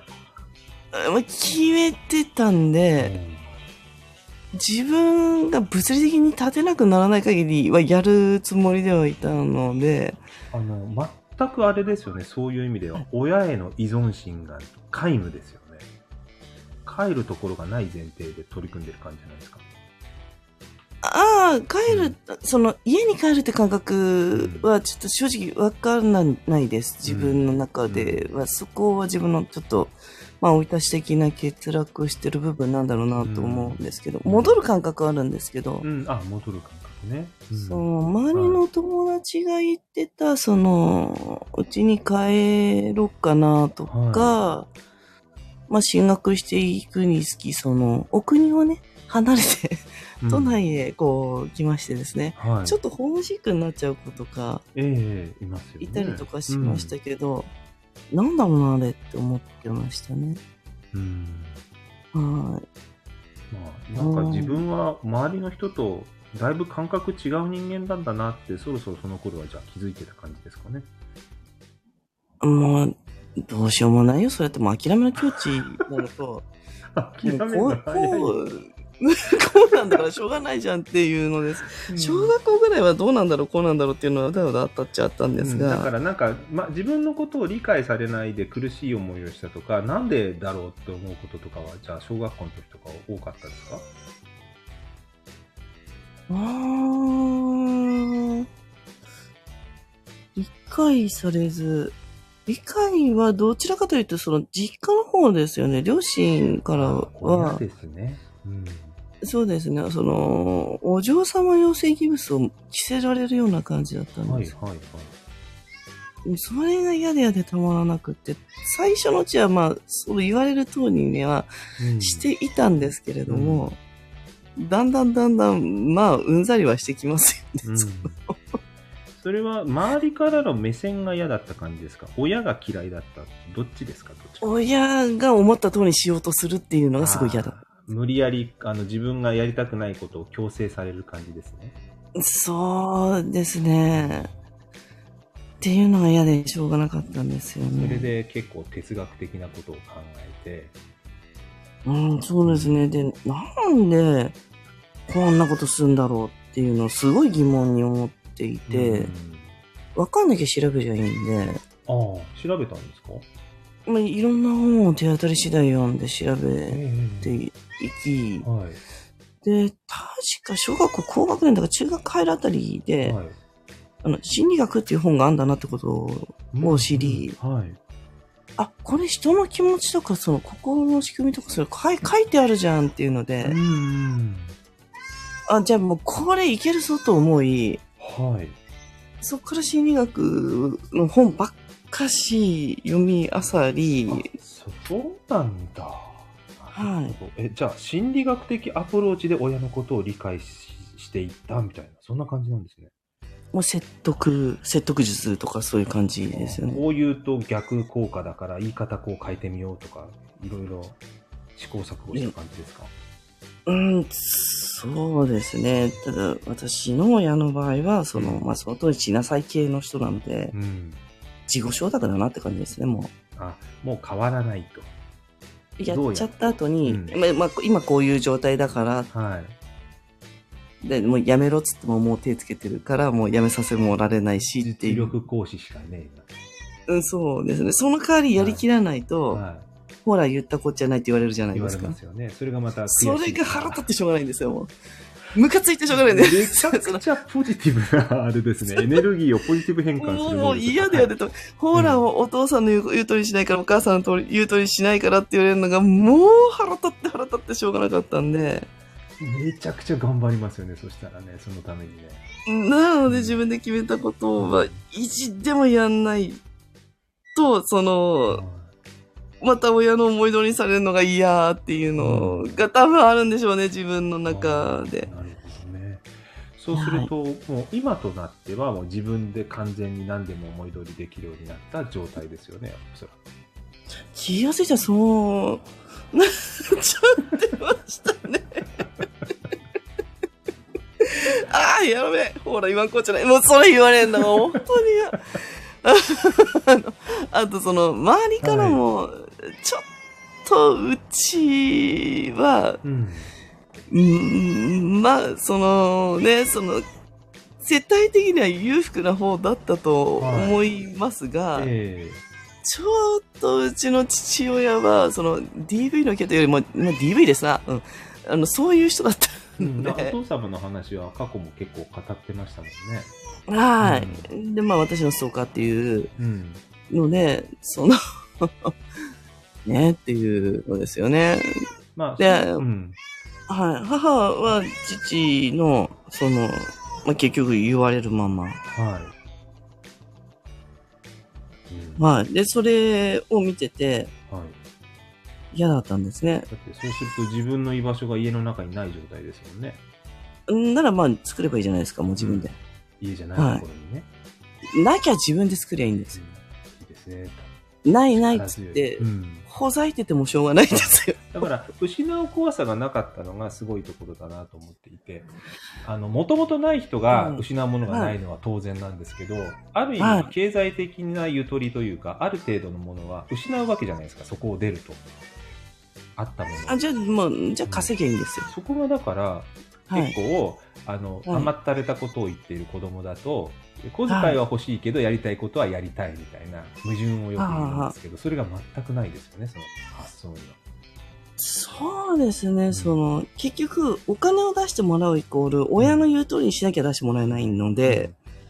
決めてたんで、自分が物理的に立てなくならない限りはやるつもりではいたので、
全くあれですよね、そういう意味では、親への依存心が皆無ですよね。帰るところがない前提で取り組んでる感じじゃないですか。
帰る、家に帰るって感覚はちょっと正直わからないです。自分の中では。そこは自分のちょっと、追い足し的な欠落してる部分なんだろうなと思うんですけど、戻る感覚はあるんですけど、
戻る感覚ね。
周りの友達が言ってた、うちに帰ろうかなとか、進学していくにつき、お国をね、離れて、都内へ来ましてですね、ちょっとホームシックになっちゃう子とか、いたりとかしましたけど、なんだろうな、あれって思ってましたね。
なんか自分は周りの人とだいぶ感覚違う人間なんだなって、そろそろその頃はじゃあ気づいてた感じですかね。
どうしようもないよ。そうやってもう諦めの境地なのと、
諦めの
こうなんだからしょうがないじゃんっていうのです。小学校ぐらいはどうなんだろう、こうなんだろうっていうのはだだあったっちゃあったんですが。
だからなんか、自分のことを理解されないで苦しい思いをしたとか、なんでだろうって思うこととかは、じゃあ小学校の時とか多かったですか？
理解されず、理解はどちらかというと、実家の方ですよね。両親からは。
親ですね。
そうですね。お嬢様養成義務を着せられるような感じだったんです。それが嫌でたまらなくって、最初のうちはそう言われる通りにはしていたんですけれども、だんだん、うんざりはしてきますよね。
それは周りからの目線が嫌だった感じですか？親が嫌いだった？どっちですか？
親が思った通りにしようとするっていうのがすごい嫌だ。
無理やり自分がやりたくないことを強制される感じですね。
そうですね。っていうのが嫌でしょうがなかったんですよね。
それで結構哲学的なことを考え
て。そうですね。で、なんでこんなことするんだろうっていうのをすごい疑問に思っていて、わかんなきゃ調べりゃいいんで。
調べたんですか？
いろんな本を手当たり次第読んで調べていき、で、確か小学校高学年だから中学入るあたりで、心理学っていう本があるんだなってことを知り、これ人の気持ちとか心の仕組みとかそれ書いてあるじゃんっていうので、じゃあもうこれいけるぞと思い、そっから心理学の本ばっかし読み漁り。
そうなんだ。じゃあ心理学的アプローチで親のことを理解していったみたいな、そんな感じなんですね。
もう説得術とかそういう感じですよね。
こう言うと逆効果だから言い方こう変えてみようとか、いろいろ試行錯誤した感じですか？
そうですね。ただ私の親の場合はその当時なさい系の人なので、自己承諾だなって感じですね。もう
変わらないと。
やっちゃった後に、
うん
今こういう状態だから、
はい。
で、もうやめろっつってももう手つけてるから、もうやめさせもられないしっていう。
実力行使しかね
え。うん、そうですね。その代わりやりきらないと、はい、ほら言ったこっちゃないって言われるじゃないですか。
言われますよね。それがまた悔しい。
それが腹立ってしょうがないんですよ、もう。ムカついてしょうがないんで。め
ちゃくちゃポジティブな、あれですね。エネルギーをポジティブ変換する。
もう嫌でやると、ほら、お父さんの言う通りしないから、お母さんの言う通りしないからって言われるのが、もう腹立ってしょうがなかったんで。
めちゃくちゃ頑張りますよね、そしたらね、そのためにね。
なので自分で決めたことは、意地でもやんないと、また親の思い通りにされるのが嫌っていうのが多分あるんでしょうね、自分の中で。
なるほどね。そうすると、もう今となってはもう自分で完全に何でも思い通りできるようになった状態ですよね、おそらく。
気がついたらそうなっちゃってましたね。ああ、やべえ。ほら、言わんこっちゃない。もうそれ言われんのが本当に嫌。あと周りからも、ちょっとうちは、まあ、世帯的には裕福な方だったと思いますが、ちょっとうちの父親は、DV の件というよりも、DV ですな。そういう人だったんで。
お父様の話は過去も結構語ってましたもんね。
はい。で、私のストーカーっていうので、ねっていうのですよね。で、はい。母は父の、結局言われるまま。はい。で、それを見てて、嫌だったんですね。
だってそうすると自分の居場所が家の中にない状態ですもんね。
なら作ればいいじゃないですか、もう自分で。
家じゃないところにね。
なきゃ自分で作りゃいいんですよ。
いいですね。
ないっつって、ほざいててもしょうがないんですよ。
だから、失う怖さがなかったのがすごいところだなと思っていて、もともとない人が失うものがないのは当然なんですけど、ある意味、経済的なゆとりというか、ある程度のものは失うわけじゃないですか、そこを出ると。あったもの。
じゃあ稼げばいいんですよ。
そこがだから、結構、甘ったれたことを言っている子供だと、小遣いは欲しいけどやりたいことはやりたいみたいな矛盾をよく言うんですけど、それが全くないですよね、その発想には。
そうですね、結局、お金を出してもらうイコール、親の言う通りにしなきゃ出してもらえないので、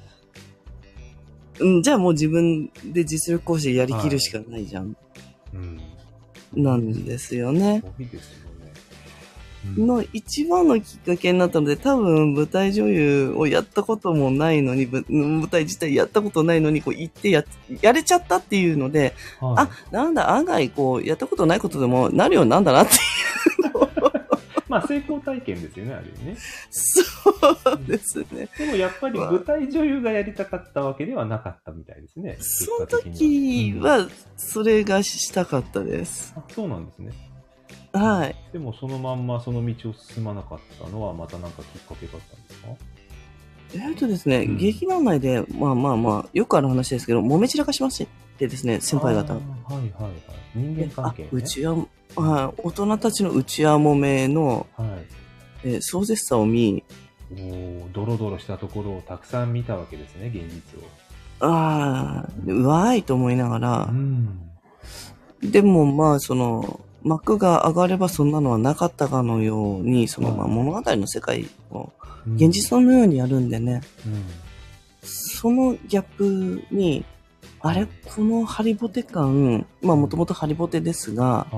じゃあもう自分で実力行使やりきるしかないじゃん。なんですよね。
そうですよね。
の一番のきっかけになったので、多分舞台女優をやったこともないのに、舞台自体やったことないのに、行ってやれちゃったっていうので、なんだ、案外やったことないことでもなるようになんだなっていうのを。
成功体験ですよね、あれね。
そうですね。
でもやっぱり舞台女優がやりたかったわけではなかったみたいですね。
その時は、それがしたかったです。
そうなんですね。
はい。
でもそのまんまその道を進まなかったのはまたなんかきっかけだったんですか？
ですね、劇団内で、よくある話ですけど、揉め散らかしましてですね、先輩方。
人間関係ね。
うちは、大人たちのうちわ揉めの、壮絶さを見、
ドロドロしたところをたくさん見たわけですね、現実を。
うわーいと思いながら、でも幕が上がればそんなのはなかったかのように、物語の世界を現実のようにやるんでね、そのギャップに、このハリボテ感、もともとハリボテですが、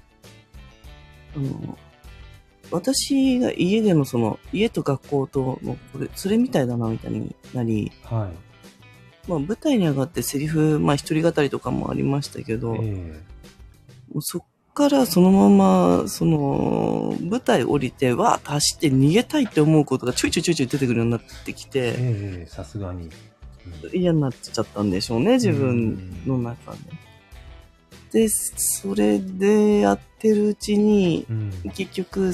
私が家での家と学校とそれみたいだなみたいになり、舞台に上がってセリフ、一人語りとかもありましたけど、そっからそのまま、舞台降りて、わーっと走って逃げたいって思うことがちょいちょい出てくるようになってきて、
さすがに。
嫌になっちゃったんでしょうね、自分の中で。で、それでやってるうちに、結局、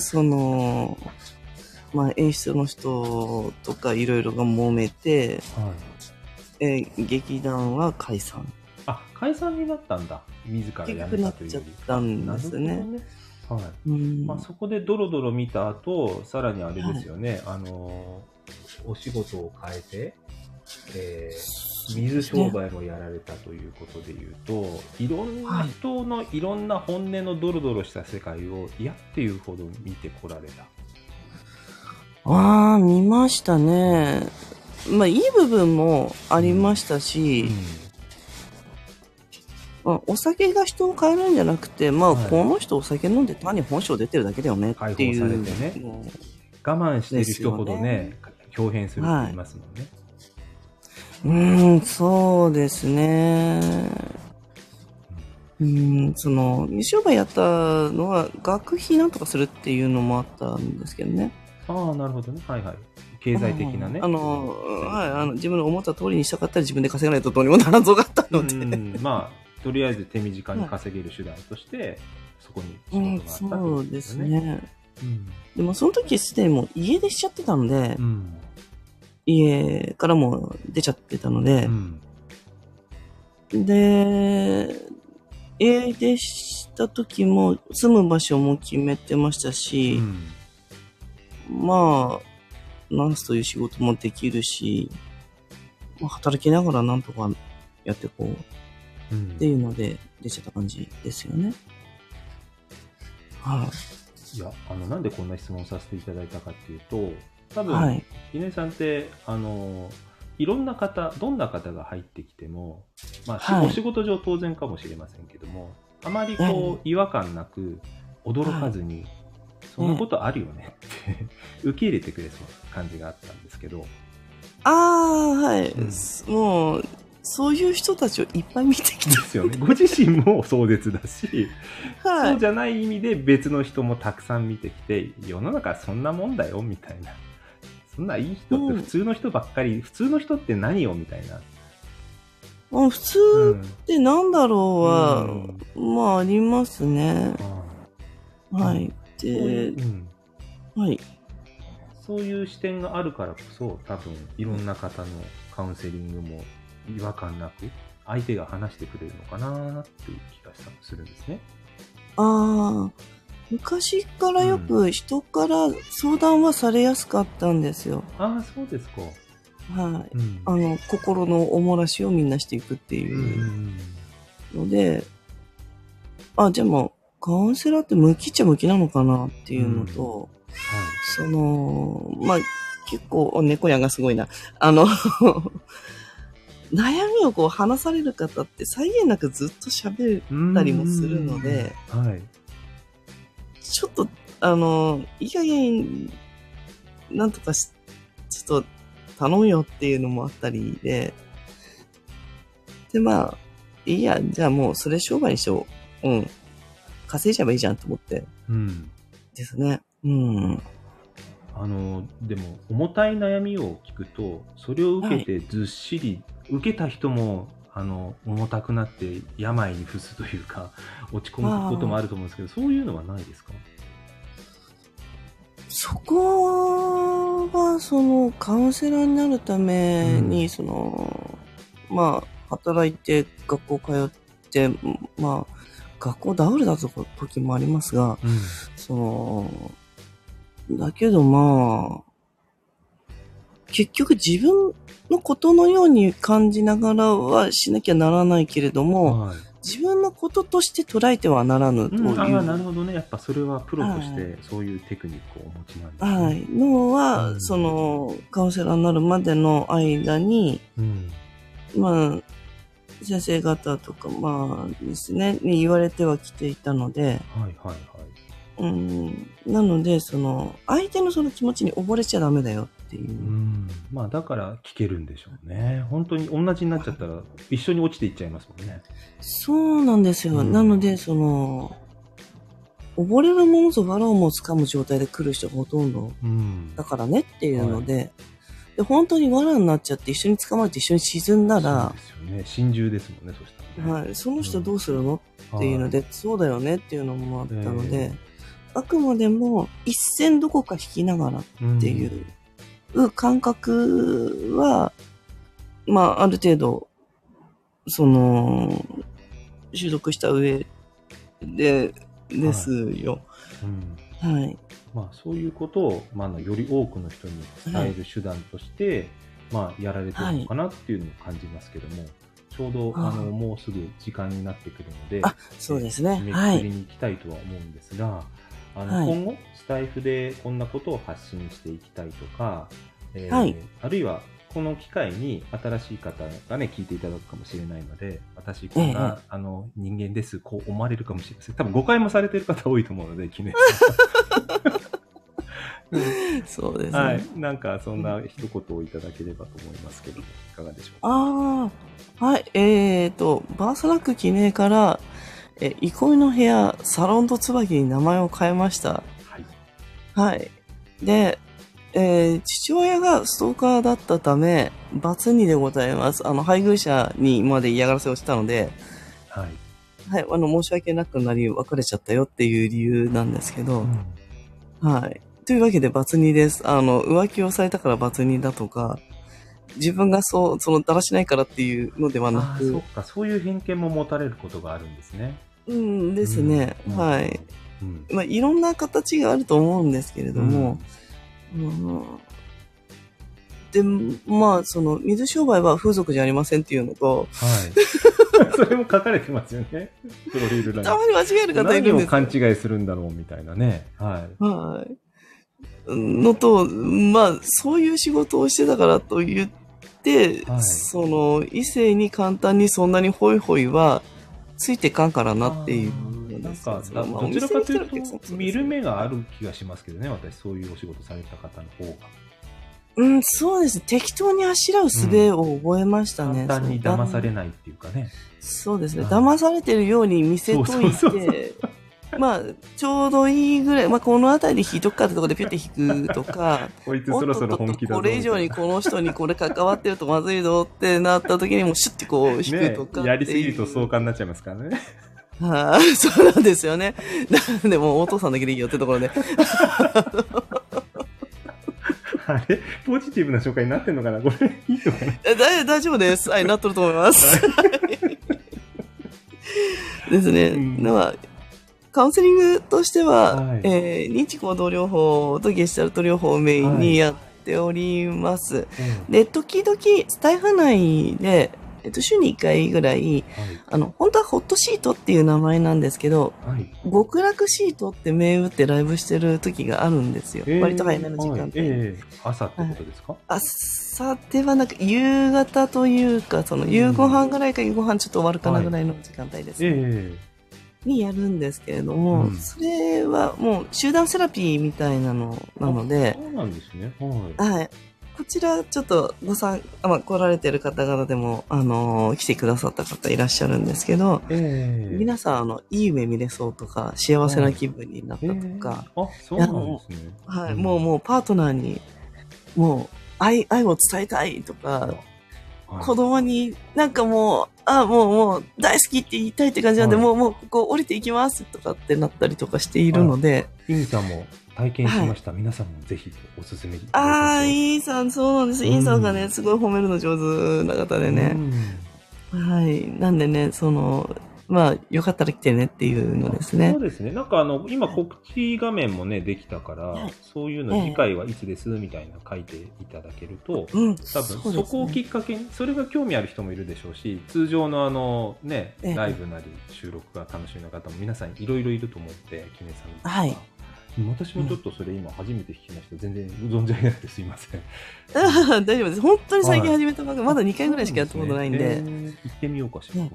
演出の人とかいろいろが揉めて、劇団は解散。
あ、解散になったんだ。自ら辞めたというより。
結局なっちゃったんですね。
なるほどね。はい。まあ、そこでドロドロ見た後、さらにあれですよね。はい、お仕事を変えて、水商売もやられたということでいうと、いろんな人のいろんな本音のドロドロした世界を嫌っていうほど見てこられた。
ああ、見ましたね。まあ、いい部分もありましたし、まあ、お酒が人を変えるんじゃなくて、まあ、この人お酒飲んで単に本性出てるだけだよねっていう。
解放されてね。我慢してる人ほどね、表現するって言いますもんね。
そうですね。水商売やったのは学費なんとかするっていうのもあったんですけどね。
ああ、なるほどね。はいはい。経済的なね。
自分の思った通りにしたかったら自分で稼がないとどうにもならんぞがあったので。
まあ、とりあえず手短に稼げる手段として、そこに仕事があったということですね。そうですね。
でもその時すでにもう家出しちゃってたので、家からも出ちゃってたので、で、家出した時も住む場所も決めてましたし、まあ、ナースという仕事もできるし、まあ、働きながらなんとかやってこうっていうので出ちゃった感じですよね。
はい。いや、なんでこんな質問させていただいたかっていうと、多分、稲井さんって、いろんな方、どんな方が入ってきても、まあ、お仕事上当然かもしれませんけども、あまりこう、違和感なく、驚かずに、そんなことあるよねって受け入れてくれそうな感じがあったんですけど。
はい。もう、そういう人たちをいっぱい見てきた。
ですよね。ご自身も壮絶だし、そうじゃない意味で別の人もたくさん見てきて、世の中そんなもんだよみたいな。そんないい人って普通の人ばっかり、普通の人って何よみたいな。
普通ってなんだろうは、まあありますね。はい。で、はい。
そういう視点があるからこそ、多分いろんな方のカウンセリングも違和感なく相手が話してくれるのかなっていう気がするんですね。
昔からよく人から相談はされやすかったんですよ。
そうですか。
はい。心のおもらしをみんなしていくっていうので、じゃあもうカウンセラーって向きっちゃ向きなのかなっていうのと、まあ、結構、猫やんがすごいな。悩みをこう話される方って際限なくずっと喋ったりもするので、ちょっと、いい加減、なんとかちょっと頼むよっていうのもあったりで、で、まあ、いいや、じゃあもうそれ商売にしよう。稼いじゃえばいいじゃんと思って。ですね。
でも、重たい悩みを聞くと、それを受けてずっしり、受けた人も、重たくなって病に伏すというか、落ち込むこともあると思うんですけど、そういうのはないですか？
そこは、カウンセラーになるために、まあ、働いて、学校通って、まあ、学校ダブルだった時もありますが、だけどまあ、結局自分のことのように感じながらはしなきゃならないけれども、自分のこととして捉えてはならぬという。
なるほどね。やっぱそれはプロとしてそういうテクニックをお持ちなんですね。
のは、カウンセラーになるまでの間に、まあ、先生方とか、まあですね、に言われてはきていたので、なので、相手のその気持ちに溺れちゃダメだよっていう。
まあ、だから聞けるんでしょうね。本当に同じになっちゃったら、一緒に落ちていっちゃいますもんね。
そうなんですよ。なので、溺れるものと藁をも掴む状態で来る人がほとんど。だからねっていうので、で、本当に藁になっちゃって一緒に掴まれて一緒に沈んだら、
そうですよね。心中ですもんね、そしたら、
ね。その人どうするのっていうので、そうだよねっていうのもあったので、あくまでも一線どこか引きながらっていう感覚は、まあ、ある程度習得した上ですよ。はい。
まあ、そういうことを、より多くの人に伝える手段として、やられてるのかなっていうのを感じますけども、ちょうど、もうすぐ時間になってくるので、
そうですね。
締めくくりに行きたいとは思うんですが、今後、スタイフでこんなことを発信していきたいとか、あるいは、この機会に新しい方がね、聞いていただくかもしれないので、私、こんな、人間です、こう思われるかもしれません。多分誤解もされている方多いと思うので、記念
そうですね。
はい。なんか、そんな一言をいただければと思いますけど、いかがでしょうか。
はい。バースラック記念から、憩いの部屋、サロンと椿に名前を変えました。はい。で、父親がストーカーだったため、罰2でございます。配偶者にまで嫌がらせをしたので、はい。はい。申し訳なくなり、別れちゃったよっていう理由なんですけど、はい。というわけで罰2です。浮気をされたから罰2だとか、自分がだらしないからっていうのではなく。
そっか、そういう偏見も持たれることがあるんですね。
ですね。はい。いろんな形があると思うんですけれども、で、水商売は風俗じゃありませんっていうのと、
はい。それも書かれてますよね。プロフィール欄に。
たまに間違える方いるんです。
何を勘違いするんだろうみたいなね。はい。
はい。のと、そういう仕事をしてたからと言って、異性に簡単にそんなにホイホイはついてかんからなっていう。
なんか、どちらかというと、見る目がある気がしますけどね、私、そういうお仕事された方の方が。
そうです。適当にあしらう術を覚えましたね。
簡単に騙されないっていうかね。
そうですね。騙されてるように見せといて、ちょうどいいぐらい、この辺りで引いとくかってところでピュッて引くとか、
こいつそろそろ本気だぞ。
これ以上にこの人にこれ関わってるとまずいぞってなった時にもシュッてこう引くとか、
やりすぎると壮観になっちゃいますからね。
そうなんですよね。なんでもうお父さんだけでいいよってところで。
あれポジティブな紹介になってんのかなこれいいのかな
大丈夫です。はい、なっとると思います。ですね。カウンセリングとしては、認知行動療法とゲシュタルト療法をメインにやっております。で、時々、スタイフ内で、週に1回ぐらい、本当はホットシートっていう名前なんですけど、極楽シートって銘打ってライブしてる時があるんですよ。割と早めの時間帯。
朝ってことですか？
朝ではなく、夕方というか、夕ご飯ぐらいか夕ご飯ちょっと終わるかなぐらいの時間帯ですね。にやるんですけれども、それはもう集団セラピーみたいなのなので、
そうなんですね。
はい。こちら、ちょっと来られてる方々でも、来てくださった方いらっしゃるんですけど、皆さん、いい夢見れそうとか、幸せな気分になったとか、
そうなんですね。
はい、もうパートナーに、もう、愛を伝えたいとか、子供になんかもう大好きって言いたいって感じなんで、もうここ降りていきますとかってなったりとかしているので。
インさんも体験しました。皆さんもぜひおすすめ。
インさん、そうなんです。インさんがね、すごい褒めるの上手な方でね。はい。なんでね、よかったら来てねっていうのですね。
そうですね。なんか今告知画面もね、できたから、そういうの次回はいつですみたいな書いていただけると、多分そこをきっかけに、それが興味ある人もいるでしょうし、通常のライブなり収録が楽しみな方も皆さんいろいろいると思って、記念さんとか。はい。私もちょっとそれ今初めて聞きました。全然存じ上げなくてすいません。
大丈夫です。本当に最近始めたばかり、まだ2回ぐらいしかやったことないんで。
行ってみようかしら。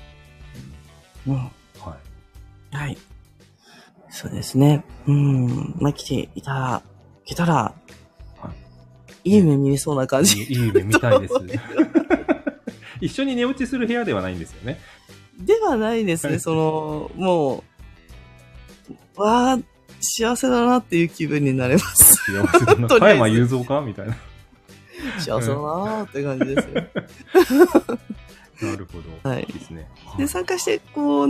はい。そうですね。来ていただけたら、いい夢見れそうな感じ。
いい夢見たいです。一緒に寝落ちする部屋ではないんですよね。
ではないですね。もう、幸せだなっていう気分になれます。
幸せだな。加山雄三かみたいな。
幸せだなって感じですよ。
なるほど。
はい。
いいですね。
で、参加して、こうね、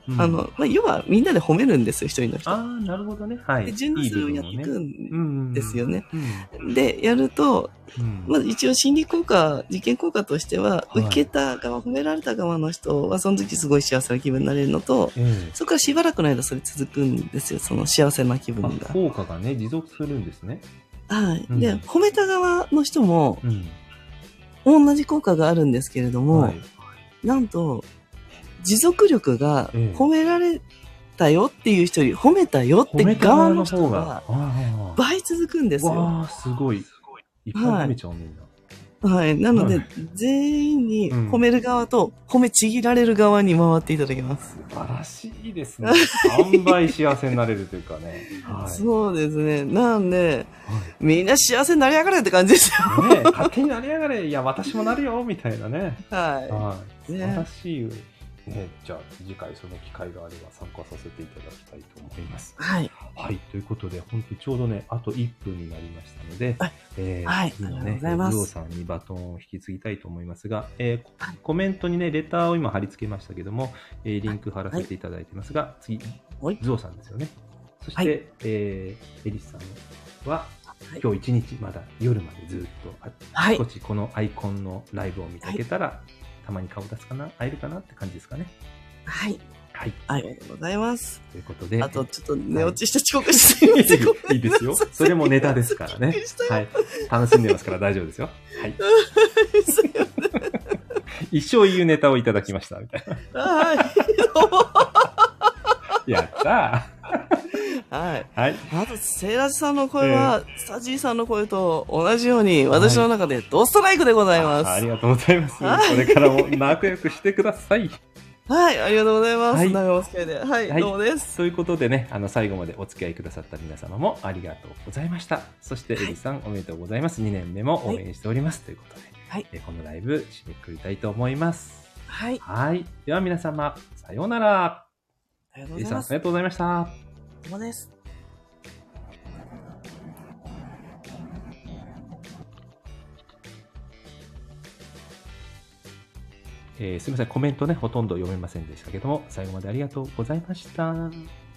要はみんなで褒めるんですよ、一人の人。
ああ、なるほどね。はい。
で、順にそれをやっていくんですよね。で、やると、一応心理効果、実験効果としては、受けた側、褒められた側の人は、その時すごい幸せな気分になれるのと、そこからしばらくの間それ続くんですよ、その幸せな気分が。
効果がね、持続するんですね。
はい。で、褒めた側の人も、同じ効果があるんですけれども、なんと、持続力が褒められたよっていう人より褒めたよって側の人が倍続くんですよ。
わあ、すごい。いっぱい褒めちゃうみんな。
はい。なので、全員に褒める側と褒めちぎられる側に回っていただきます。
素晴らしいですね。3倍幸せになれるというかね。
そうですね。なんで、みんな幸せになりやがれって感じですよ。
ね、勝手になりやがれ。いや、私もなるよ、みたいなね。
はい。
素晴らしい。ね、じゃあ次回その機会があれば参加させていただきたいと思います。
はい。
はい。ということで、本当にちょうどね、あと1分になりましたので、次のね、ズオさんにバトンを引き継ぎたいと思いますが、コメントにね、レターを今貼り付けましたけども、リンク貼らせていただいてますが、次、ズオさんですよね。そして、エリスさんは、今日一日まだ夜までずっと、あちこちこのアイコンのライブを見かけたら、たまに顔出すかな、会えるかなって感じですかね。
はい。はい。ありがとうございます。
ということで。
あと、ちょっと寝落ちして遅刻しています。
いいですよ。それもネタですからね。はい。楽しんでますから大丈夫ですよ。はい。一生言うネタをいただきました、みたいな。はい。やった
ー。はい。はい。あと、セイラジさんの声は、サジーさんの声と同じように、私の中でドストライクでございます。
ありがとうございます。これからも仲良くしてください。
はい、ありがとうございます。長お付き合いで。はい、どうもです。
ということでね、最後までお付き合いくださった皆様もありがとうございました。そして、エリさん、おめでとうございます。2年目も応援しております。ということで、はい、このライブ、締めくくりたいと思います。
はい。
はい。では皆様、さようなら。
ありがとうございます。
エリさん、ありがとうございました。
どうもです。
すみません、コメントね、ほとんど読めませんでしたけども、最後までありがとうございました。